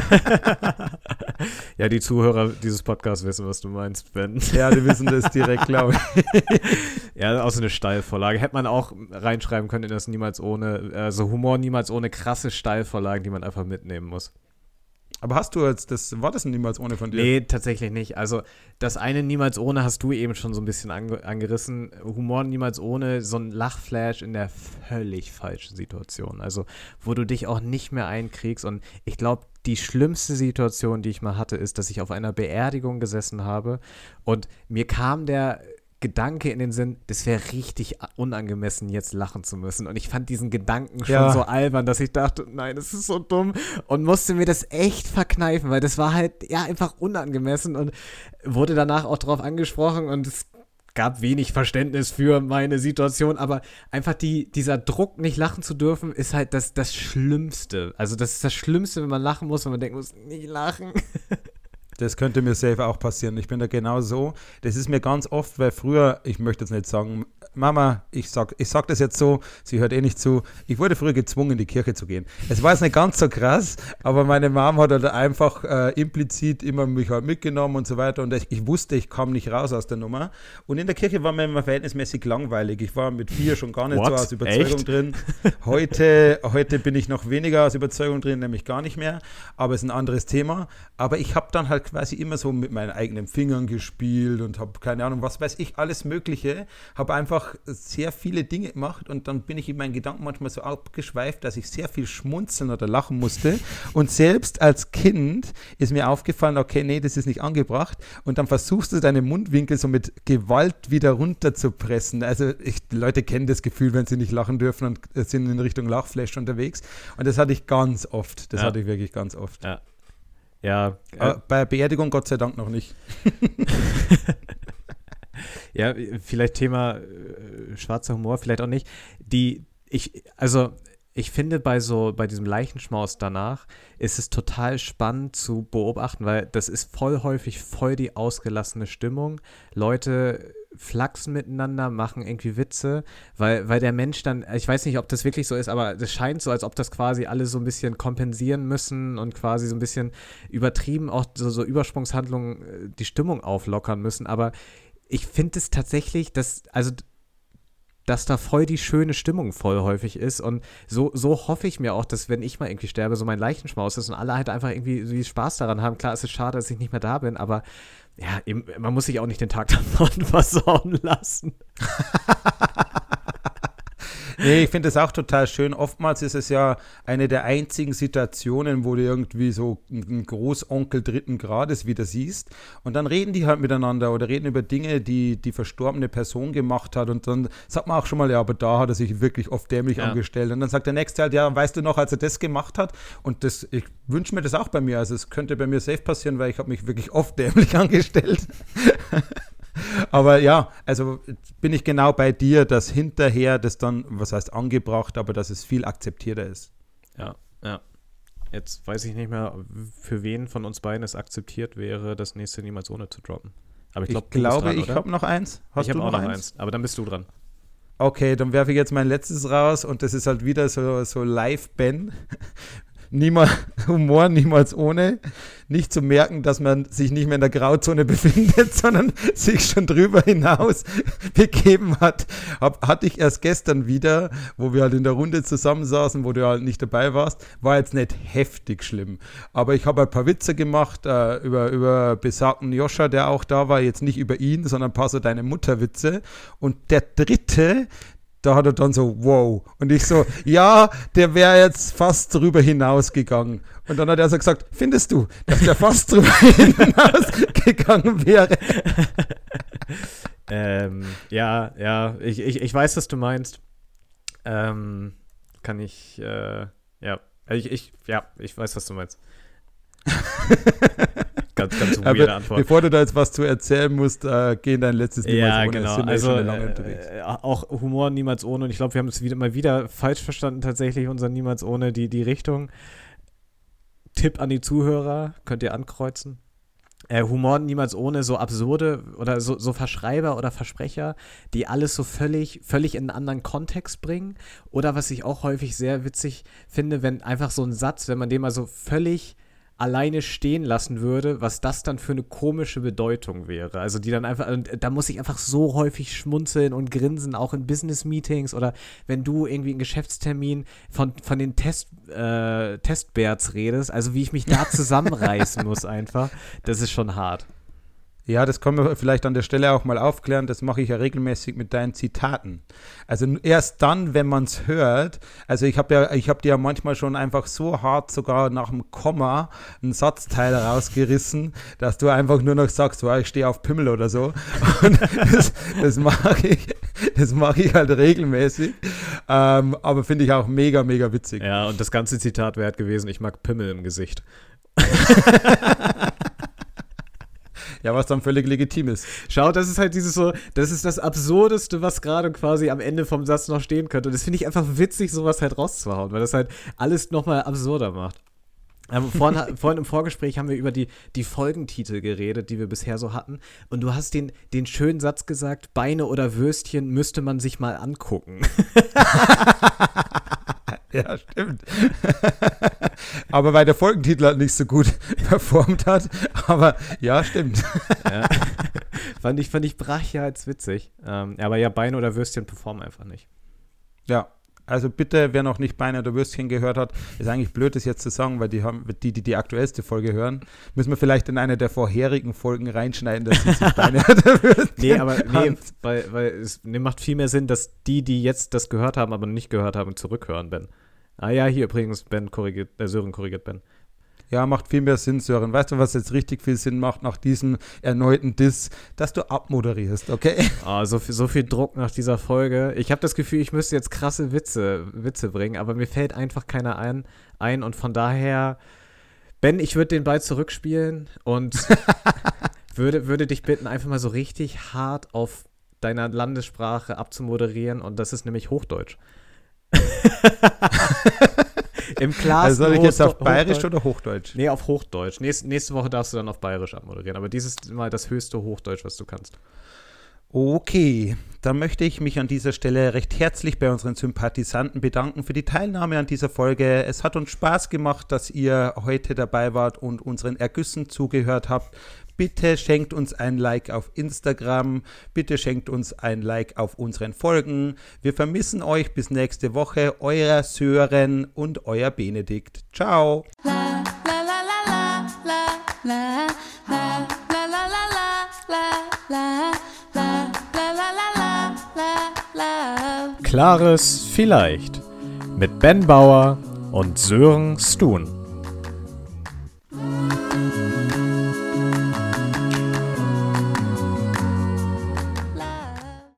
Ja, die Zuhörer dieses Podcasts wissen, was du meinst, Ben. Ja, die wissen das direkt, glaube ich. Ja, auch so eine Steilvorlage. Hätte man auch reinschreiben können in das Niemals ohne, also Humor niemals ohne krasse Steilvorlagen, die man einfach mitnehmen muss. Aber hast du jetzt, das war das niemals ohne von dir? Nee, tatsächlich nicht. Also das eine Niemals ohne hast du eben schon so ein bisschen ange- angerissen. Humor niemals ohne, so ein Lachflash in der völlig falschen Situation. Also wo du dich auch nicht mehr einkriegst. Und ich glaube, die schlimmste Situation, die ich mal hatte, ist, dass ich auf einer Beerdigung gesessen habe und mir kam der Gedanke in den Sinn, das wäre richtig unangemessen, jetzt lachen zu müssen. Und ich fand diesen Gedanken schon ja. so albern, dass ich dachte, nein, das ist so dumm. Und musste mir das echt verkneifen, weil das war halt ja einfach unangemessen und wurde danach auch drauf angesprochen und es gab wenig Verständnis für meine Situation, aber einfach die, dieser Druck, nicht lachen zu dürfen, ist halt das, das Schlimmste. Also das ist das Schlimmste, wenn man lachen muss und man denkt, muss nicht lachen. Das könnte mir safe auch passieren. Ich bin da genau so. Das ist mir ganz oft, weil früher, ich möchte jetzt nicht sagen, Mama, ich sag, ich sag das jetzt so, sie hört eh nicht zu, ich wurde früher gezwungen, in die Kirche zu gehen. Es war jetzt nicht ganz so krass, aber meine Mom hat halt einfach äh, implizit immer mich halt mitgenommen und so weiter und ich, ich wusste, ich kam nicht raus aus der Nummer. Und in der Kirche war mir immer verhältnismäßig langweilig. Ich war mit vier schon gar nicht What? so aus Überzeugung Echt? drin. Heute, heute bin ich noch weniger aus Überzeugung drin, nämlich gar nicht mehr, aber es ist ein anderes Thema. Aber ich habe dann halt quasi immer so mit meinen eigenen Fingern gespielt und habe keine Ahnung, was weiß ich, alles Mögliche. Habe einfach einfach sehr viele Dinge gemacht und dann bin ich in meinen Gedanken manchmal so abgeschweift, dass ich sehr viel schmunzeln oder lachen musste. Und selbst als Kind ist mir aufgefallen, okay, nee, das ist nicht angebracht. Und dann versuchst du deine Mundwinkel so mit Gewalt wieder runterzupressen. Also ich, die Leute kennen das Gefühl, wenn sie nicht lachen dürfen und sind in Richtung Lachflash unterwegs. Und das hatte ich ganz oft. Das Ja. hatte ich wirklich ganz oft. Ja. Ja, äh, Aber bei Beerdigung Gott sei Dank noch nicht. ja, vielleicht Thema äh, schwarzer Humor, vielleicht auch nicht. Die, ich, also ich finde bei so, bei diesem Leichenschmaus danach ist es total spannend zu beobachten, weil das ist voll häufig voll die ausgelassene Stimmung. Leute flachsen miteinander, machen irgendwie Witze, weil, weil der Mensch dann, ich weiß nicht, ob das wirklich so ist, aber das scheint so, als ob das quasi alle so ein bisschen kompensieren müssen und quasi so ein bisschen übertrieben auch so, so Übersprungshandlungen äh, die Stimmung auflockern müssen, aber ich finde es tatsächlich, dass, also dass da voll die schöne Stimmung voll häufig ist und so, so hoffe ich mir auch, dass wenn ich mal irgendwie sterbe, so mein Leichenschmaus ist und alle halt einfach irgendwie so Spaß daran haben. Klar, es ist schade, dass ich nicht mehr da bin, aber ja, eben, man muss sich auch nicht den Tag davon versauen lassen. Nee, ich finde das auch total schön. Oftmals ist es ja eine der einzigen Situationen, wo du irgendwie so einen Großonkel dritten Grades wieder siehst und dann reden die halt miteinander oder reden über Dinge, die die verstorbene Person gemacht hat und dann sagt man auch schon mal, ja, aber da hat er sich wirklich oft dämlich Ja. angestellt und dann sagt der Nächste halt, ja, weißt du noch, als er das gemacht hat und das, ich wünsche mir das auch bei mir, also es könnte bei mir safe passieren, weil ich habe mich wirklich oft dämlich angestellt. Aber ja, also bin ich genau bei dir, dass hinterher das dann, was heißt angebracht, aber dass es viel akzeptierter ist. Ja, ja. Jetzt weiß ich nicht mehr, für wen von uns beiden es akzeptiert wäre, das nächste Niemals ohne zu droppen. Aber ich, Ich glaub, glaube, du bist dran, ich oder? habe noch eins. Hast ich du habe auch noch noch eins? eins, aber dann bist du dran. Okay, dann werfe ich jetzt mein letztes raus und das ist halt wieder so, so Live-Ben. Niemals, Humor niemals ohne. Nicht zu merken, dass man sich nicht mehr in der Grauzone befindet, sondern sich schon drüber hinaus begeben hat. Hab, hatte ich erst gestern wieder, wo wir halt in der Runde zusammensaßen, wo du halt nicht dabei warst. War jetzt nicht heftig schlimm. Aber ich habe ein paar Witze gemacht äh, über, über besagten Joscha, der auch da war. Jetzt nicht über ihn, sondern ein paar so deine Mutterwitze. Und der dritte, da hat er dann so, wow. Und ich so, ja, der wäre jetzt fast drüber hinausgegangen. Und dann hat er so gesagt, findest du, dass der fast drüber hinausgegangen wäre? ähm, ja, ja, ich, ich, ich weiß, was du meinst. Ähm, kann ich, äh, ja, ich, ich, ja, ich weiß, was du meinst. Ganz, ganz weirde Aber Antwort. bevor du da jetzt was zu erzählen musst, äh, geh in dein letztes Niemals Ja, ohne. genau. Sind wir Also schon lange unterwegs. äh, auch Humor niemals ohne. Und ich glaube, wir haben es wieder, mal wieder falsch verstanden, tatsächlich unser Niemals ohne die, die Richtung. Tipp an die Zuhörer, könnt ihr ankreuzen. Äh, Humor niemals ohne so absurde oder so, so Verschreiber oder Versprecher, die alles so völlig, völlig in einen anderen Kontext bringen. Oder was ich auch häufig sehr witzig finde, wenn einfach so ein Satz, wenn man den mal so völlig alleine stehen lassen würde, was das dann für eine komische Bedeutung wäre. Also die dann einfach, da muss ich einfach so häufig schmunzeln und grinsen, auch in Business-Meetings oder wenn du irgendwie einen Geschäftstermin von, von den Test, äh, Testbärts redest, also wie ich mich da zusammenreißen muss einfach, das ist schon hart. Ja, das können wir vielleicht an der Stelle auch mal aufklären. Das mache ich ja regelmäßig mit deinen Zitaten. Also erst dann, wenn man es hört, also ich habe ja, ich habe dir ja manchmal schon einfach so hart sogar nach dem Komma einen Satzteil rausgerissen, dass du einfach nur noch sagst, oh, ich stehe auf Pimmel oder so. Und das, das mache ich, das mache ich halt regelmäßig. Ähm, aber finde ich auch mega, mega witzig. Ja, und das ganze Zitat wäre halt gewesen, ich mag Pimmel im Gesicht. Ja, was dann völlig legitim ist. Schau, das ist halt dieses so, das ist das Absurdeste, was gerade quasi am Ende vom Satz noch stehen könnte. Und das finde ich einfach witzig, sowas halt rauszuhauen, weil das halt alles nochmal absurder macht. Aber vorhin, vorhin im Vorgespräch haben wir über die, die Folgentitel geredet, die wir bisher so hatten. Und du hast den, den schönen Satz gesagt, Beine oder Würstchen müsste man sich mal angucken. Ja, stimmt. Aber weil der Folgentitel halt nicht so gut performt hat. Aber ja, stimmt. Ja. fand ich, fand ich brachialswitzig. Ähm, aber ja, Beine oder Würstchen performen einfach nicht. Ja, Also bitte, wer noch nicht Beine oder Würstchen gehört hat, ist eigentlich blöd, das jetzt zu sagen, weil die haben, die, die die aktuellste Folge hören, müssen wir vielleicht in eine der vorherigen Folgen reinschneiden, dass sie sich Beine oder Würstchen Nee, aber nee, haben. weil, weil es nee, macht viel mehr Sinn, dass die, die jetzt das gehört haben, aber nicht gehört haben, zurückhören, Ben. Ah ja, hier übrigens, Ben korrigiert, äh, Sören korrigiert Ben. Ja, macht viel mehr Sinn, Sören. Weißt du, was jetzt richtig viel Sinn macht nach diesem erneuten Diss? Dass du abmoderierst, okay? Ah, so viel, so viel Druck nach dieser Folge. Ich habe das Gefühl, ich müsste jetzt krasse Witze, Witze bringen, aber mir fällt einfach keiner ein, ein und von daher, Ben, ich würde den Ball zurückspielen und würde, würde dich bitten, einfach mal so richtig hart auf deiner Landessprache abzumoderieren und das ist nämlich Hochdeutsch. Im klarsten Also soll ich jetzt auf Hochdeutsch- Bayerisch oder Hochdeutsch? Nee, auf Hochdeutsch. Nächst, nächste Woche darfst du dann auf Bayerisch abmoderieren. Aber dieses Mal das höchste Hochdeutsch, was du kannst. Okay, dann möchte ich mich an dieser Stelle recht herzlich bei unseren Sympathisanten bedanken für die Teilnahme an dieser Folge. Es hat uns Spaß gemacht, dass ihr heute dabei wart und unseren Ergüssen zugehört habt. Bitte schenkt uns ein Like auf Instagram. Bitte schenkt uns ein Like auf unseren Folgen. Wir vermissen euch. Bis nächste Woche. Euer Sören und euer Benedikt. Ciao. La la la la la la la la la la la la la la la la la. Klares Vielleicht mit Ben Bauer und Sören Stun.